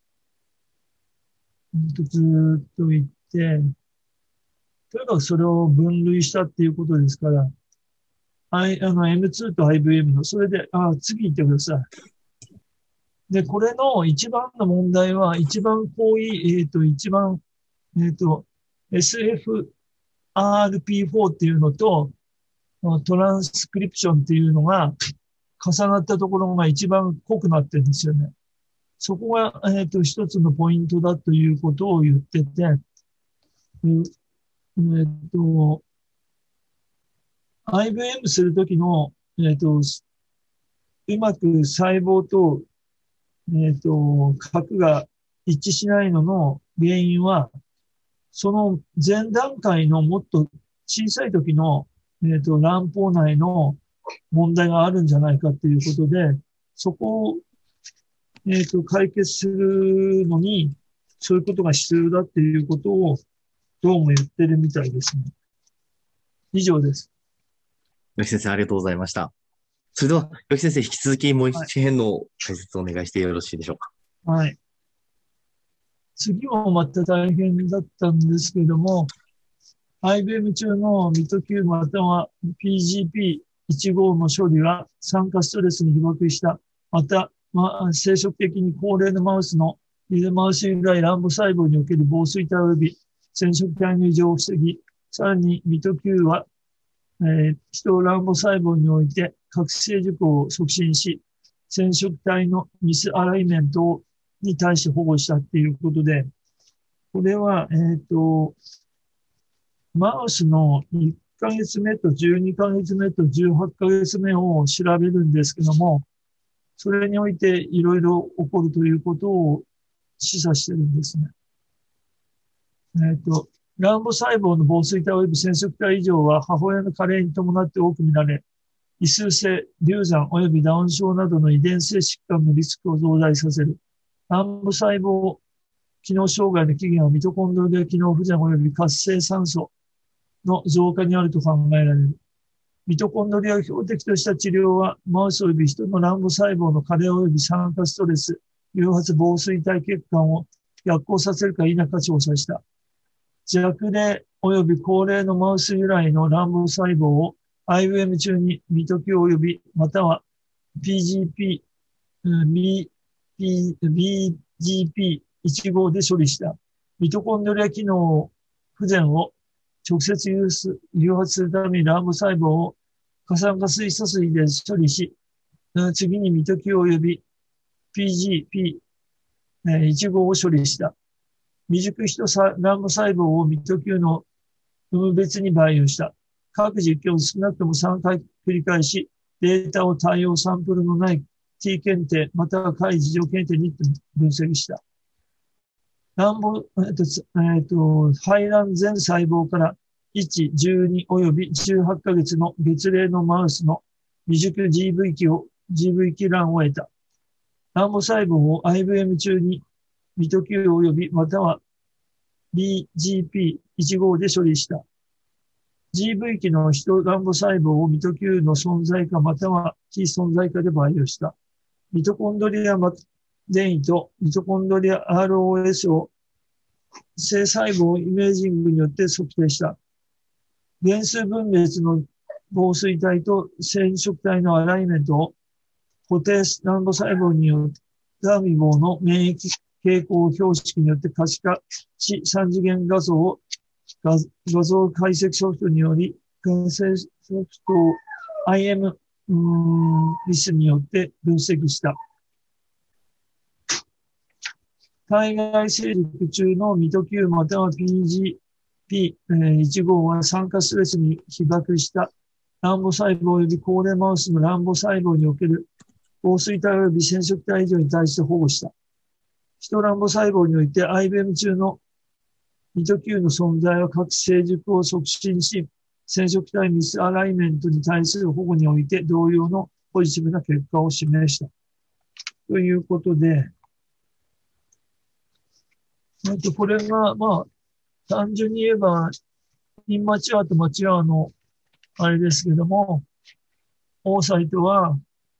ずーっと言って、とにかくそれを分類したっていうことですから、M2 と IVM の、それで、次行ってください。で、これの一番の問題は、一番遠い、一番、SFRP4 っていうのと、トランスクリプションっていうのが重なったところが一番濃くなってるんですよね。そこが、一つのポイントだということを言ってて、IVM するときの、うまく細胞と、核が一致しないのの原因は、その前段階のもっと小さい時の、卵胞内の問題があるんじゃないかっていうことで、そこを、解決するのに、そういうことが必要だっていうことを、どうも言ってるみたいですね。以上です。 吉先生、ありがとうございました。それでは、吉先生、引き続きもう一辺の解説をお願いしてよろしいでしょうか。 はい。次もまた大変だったんですけども、IBM 中のミト級または PGP15 の処理は酸化ストレスに被爆した。また、生殖的に高齢のマウスのリズマウス由来卵母細胞における紡錘体及び染色体の異常を防ぎ、さらにミト級は、人卵母細胞において覚醒受講を促進し、染色体のミスアライメントに対して保護したっていうことで、これは、マウスの1ヶ月目と12ヶ月目と18ヶ月目を調べるんですけども、それにおいていろいろ起こるということを示唆してるんですね。卵母細胞の紡錘体及び染色体異常は母親の加齢に伴って多く見られ、異数性、流産及びダウン症などの遺伝性疾患のリスクを増大させる。卵母細胞機能障害の起源はミトコンドリア機能不全及び活性酸素の増加にあると考えられる。ミトコンドリアを標的とした治療は、マウス及び人の卵母細胞の加齢及び酸化ストレス、誘発紡錘体血管を逆行させるか否か調査した。弱齢及び高齢のマウス由来の卵母細胞を IVM 中にミト級及びまたは PGP、BGP15 で処理した。ミトコンドリア機能不全を直接誘発するために卵母細胞を過酸化水素水で処理し、次にミトキュ及び PGP1 号を処理した。未熟肥と卵母細胞をミトキュの有無別に培養した。各実験を少なくとも3回繰り返し、データを対応サンプルのない T 検定または解事情検定に分析した。排卵全細胞から1、12及び18ヶ月の月齢のマウスの未熟 GV 期卵を得た。卵母細胞を IVM 中にミトキュ及びまたは BGP1 号で処理した。GV 期のヒト卵母細胞をミトキュの存在かまたは非存在かで培養した。ミトコンドリア電位とミトコンドリア ROS を性細胞イメージングによって測定した。原数分裂の紡錘体と染色体のアライメントを固定卵母細胞によってダーミ棒の免疫傾向標識によって可視化し、3次元画像を画像解析ソフトにより、画像ソフトを IM リスによって分析した。体外成熟中のミトキュまたは PGP1 号は酸化ストレスに被爆した卵母細胞及び高齢マウスの卵母細胞における紡錘体及び染色体異常に対して保護した。ヒト卵母細胞において IBM 中のミトキュの存在は各成熟を促進し、染色体ミスアライメントに対する保護において同様のポジティブな結果を示した。ということで、これが、単純に言えば、インマチュアとマチュアの、あれですけども、オーサイトは、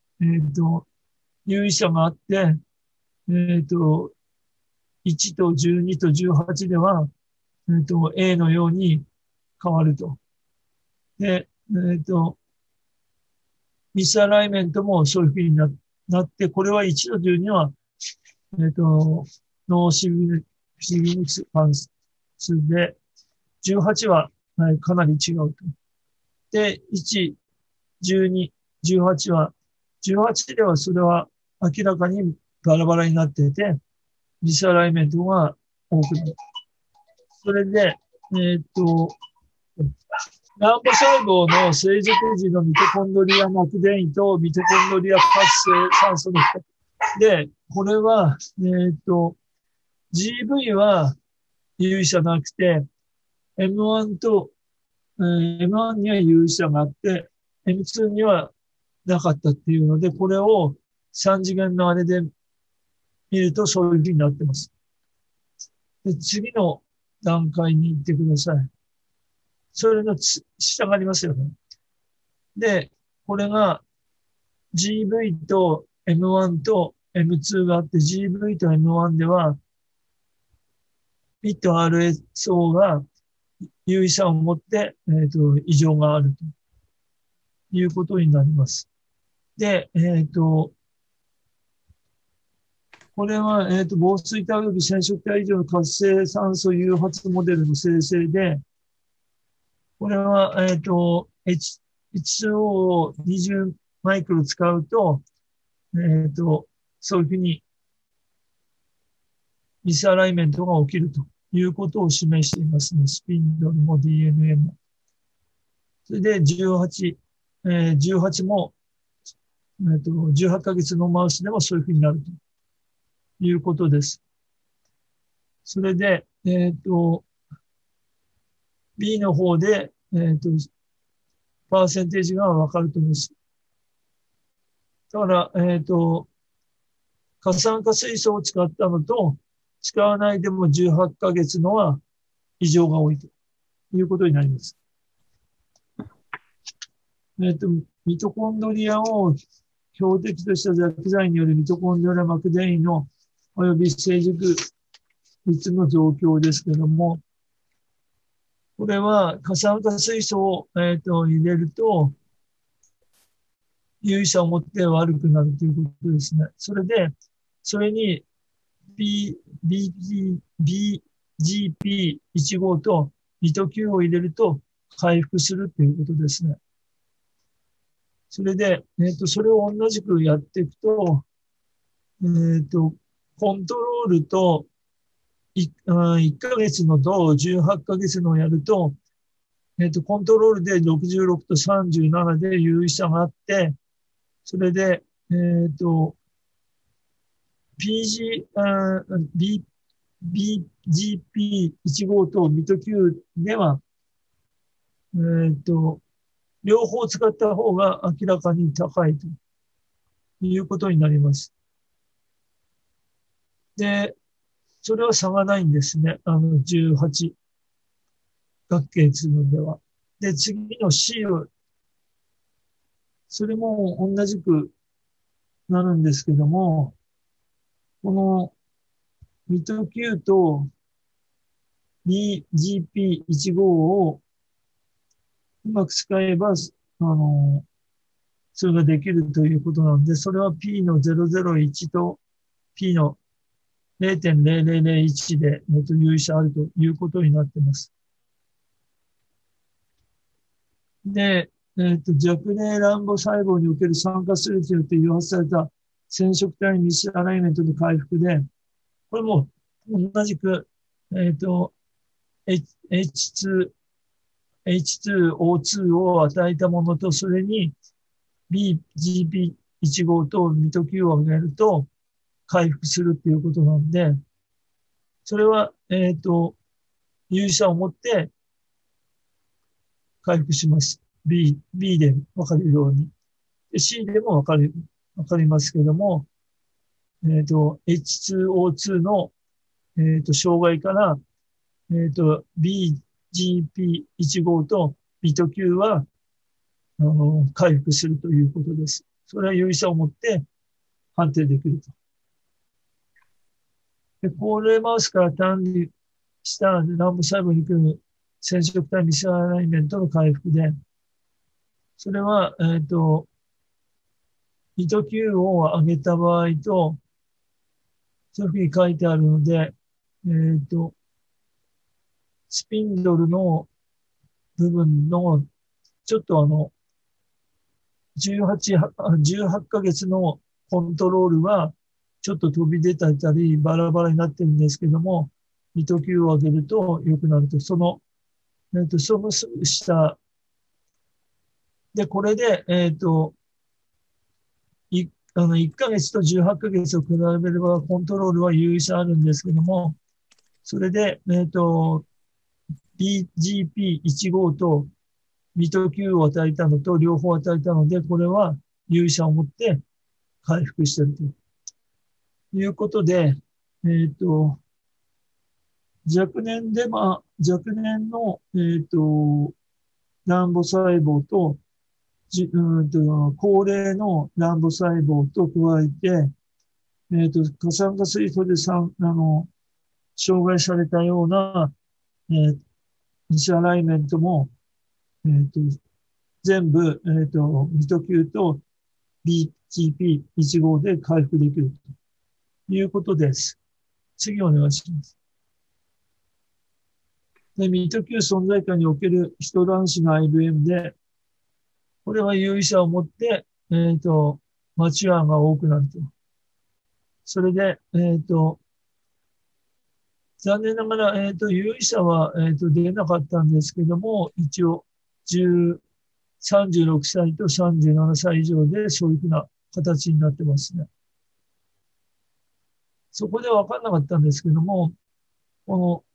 有意差があって、1と12と18では、A のように変わると。で、ミスアライメントもそういうふうになって、これは1と12は、ノーシグニス関数で、18はかなり違うと。で、1、12、18は、18ではそれは明らかにバラバラになっていて、ミスアライメントが多くなる。それで、卵母細胞の成熟時のミトコンドリア膜電位とミトコンドリア活性酸素の比較。で、これは、GV は有意差なくて、M1 と、M1 には有意差があって、M2 にはなかったっていうので、これを3次元のあれで見るとそういうふうになってます。で、次の段階に行ってください。それの下がありますよね。で、これが GV と M1 と M2 があって、GV と M1 では、MIT RSO が有意差を持って、異常があるということになります。で、これは、紡錘体及び染色体異常の活性酸素誘発モデルの生成で、これは、H2O を20マイクロ使うと、そういうふうにミスアライメントが起きるということを示していますね。スピンドルも DNA も。それで18も、18ヶ月のマウスでもそういうふうになるということです。それで、B の方で、パーセンテージがわかると思います。だから、過酸化水素を使ったのと、使わないでも18ヶ月のは異常が多いということになります。ミトコンドリアを標的とした薬剤によるミトコンドリア膜電位の及び成熟率の増強ですけども、これは過酸化水素を、入れると、有意差を持って悪くなるということですね。それで、それに BGP1 号とミト Q を入れると回復するということですね。それで、それを同じくやっていくと、コントロールと1ヶ月のと18ヶ月のをやると、コントロールで66と37で有意差があって、それで、BGP15 とミト Q では、両方使った方が明らかに高いということになります。で、それは差がないんですね。18学系通分では。で、次の C を、それも同じくなるんですけども、このミト Q と BGP15 をうまく使えば、それができるということなので、それは P の001と P の 0.0001 で、有意差あるということになっています。で、弱年卵母細胞における酸化ストレスによって誘発された染色体ミスアライメントの回復で、これも同じく、H2O2 を与えたものと、それに BGP15 とミト Q を上げると回復するっていうことなので、それは、有意差を持って回復します。B でわかるように。C でもわかりますけども、H2O2 の、障害から、BGP15 とミト Q は、回復するということです。それは有意差を持って判定できると。で、高齢マウスから単にした卵母細胞に来る染色体ミスアライメントの回復で、それは、ミト Q を上げた場合と、そういうふうに書いてあるので、スピンドルの部分の、ちょっと18ヶ月のコントロールは、ちょっと飛び出たり、バラバラになってるんですけども、ミト Q を上げると良くなると、そのすぐ下、で、これで、1ヶ月と18ヶ月を比べれば、コントロールは有意差あるんですけども、それで、BGP15 とミト Q を与えたのと両方与えたので、これは有意差を持って回復しているということで、若年の、卵母細胞と、高齢の卵母細胞と加えて、過酸化水素で障害されたような、ミスアライメントも、全部、ミト Q と BGP15 で回復できるということです。次お願いします。で、ミト Q 存在下におけるヒト卵子の IVM で、これは有意差を持って、マチュアが多くなると。それで、残念ながら、有意差は、出なかったんですけども、一応、36歳と37歳以上でそういうふうな形になってますね。そこで分かんなかったんですけども、この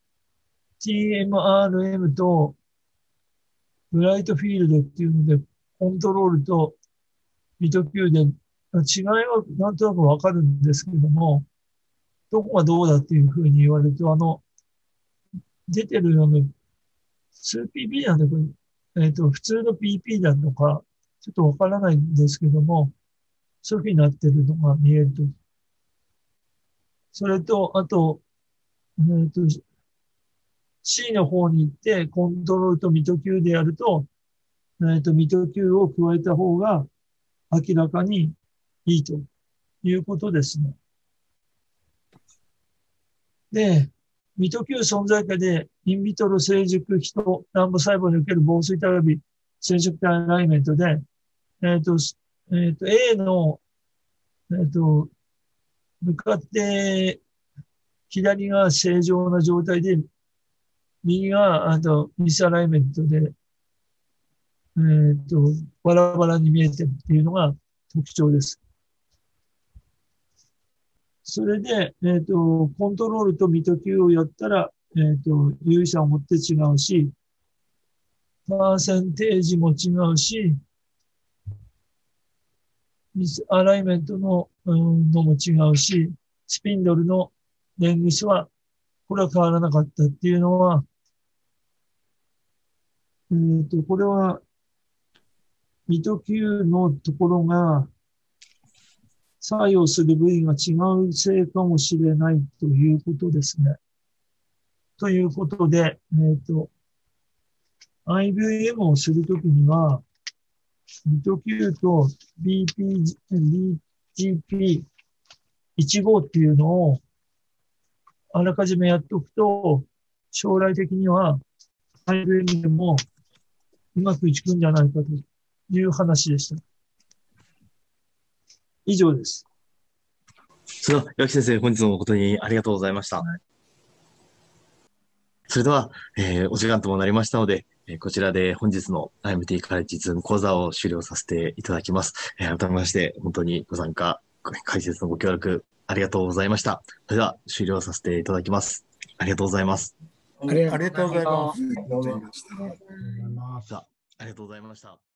TMRM とブライトフィールドっていうので、コントロールとミト Q で違いはなんとなく分かるんですけども、どこがどうだっていうふうに言われると、出てる2PP なんで、これ、普通の PP なのか、ちょっとわからないんですけども、そういうふうになってるのが見えると。それと、あと、C の方に行って、コントロールとミト Q でやると、ミト Q を加えた方が明らかにいいということですね。で、 ミト Q 存在下で、インビトロ成熟ヒト卵母細胞における防水並び染色体アライメントで、A の、向かって左が正常な状態で、右がミスアライメントで、バラバラに見えてるっていうのが特徴です。それで、コントロールとミト Q をやったら、有意差を持って違うし、パーセンテージも違うし、ミスアライメントののも違うし、スピンドルのレングスは、これは変わらなかったっていうのは、これは、ミト Q のところが、作用する部位が違うせいかもしれないということですね。ということで、IVM をするときには、ミト Q と BGP15 っていうのをあらかじめやっておくと、将来的には IVM でもうまくいくんじゃないかという話でした。以上です。 それでは、岩木先生、本日も誠にありがとうございました。はい、それでは、お時間ともなりましたので、こちらで本日の IMT カレッジズーム講座を終了させていただきます。改めまして、本当にご参加、解説のご協力ありがとうございました。それでは終了させていただきます。ありがとうございます。 ありがとうございます。 ありがとうございました。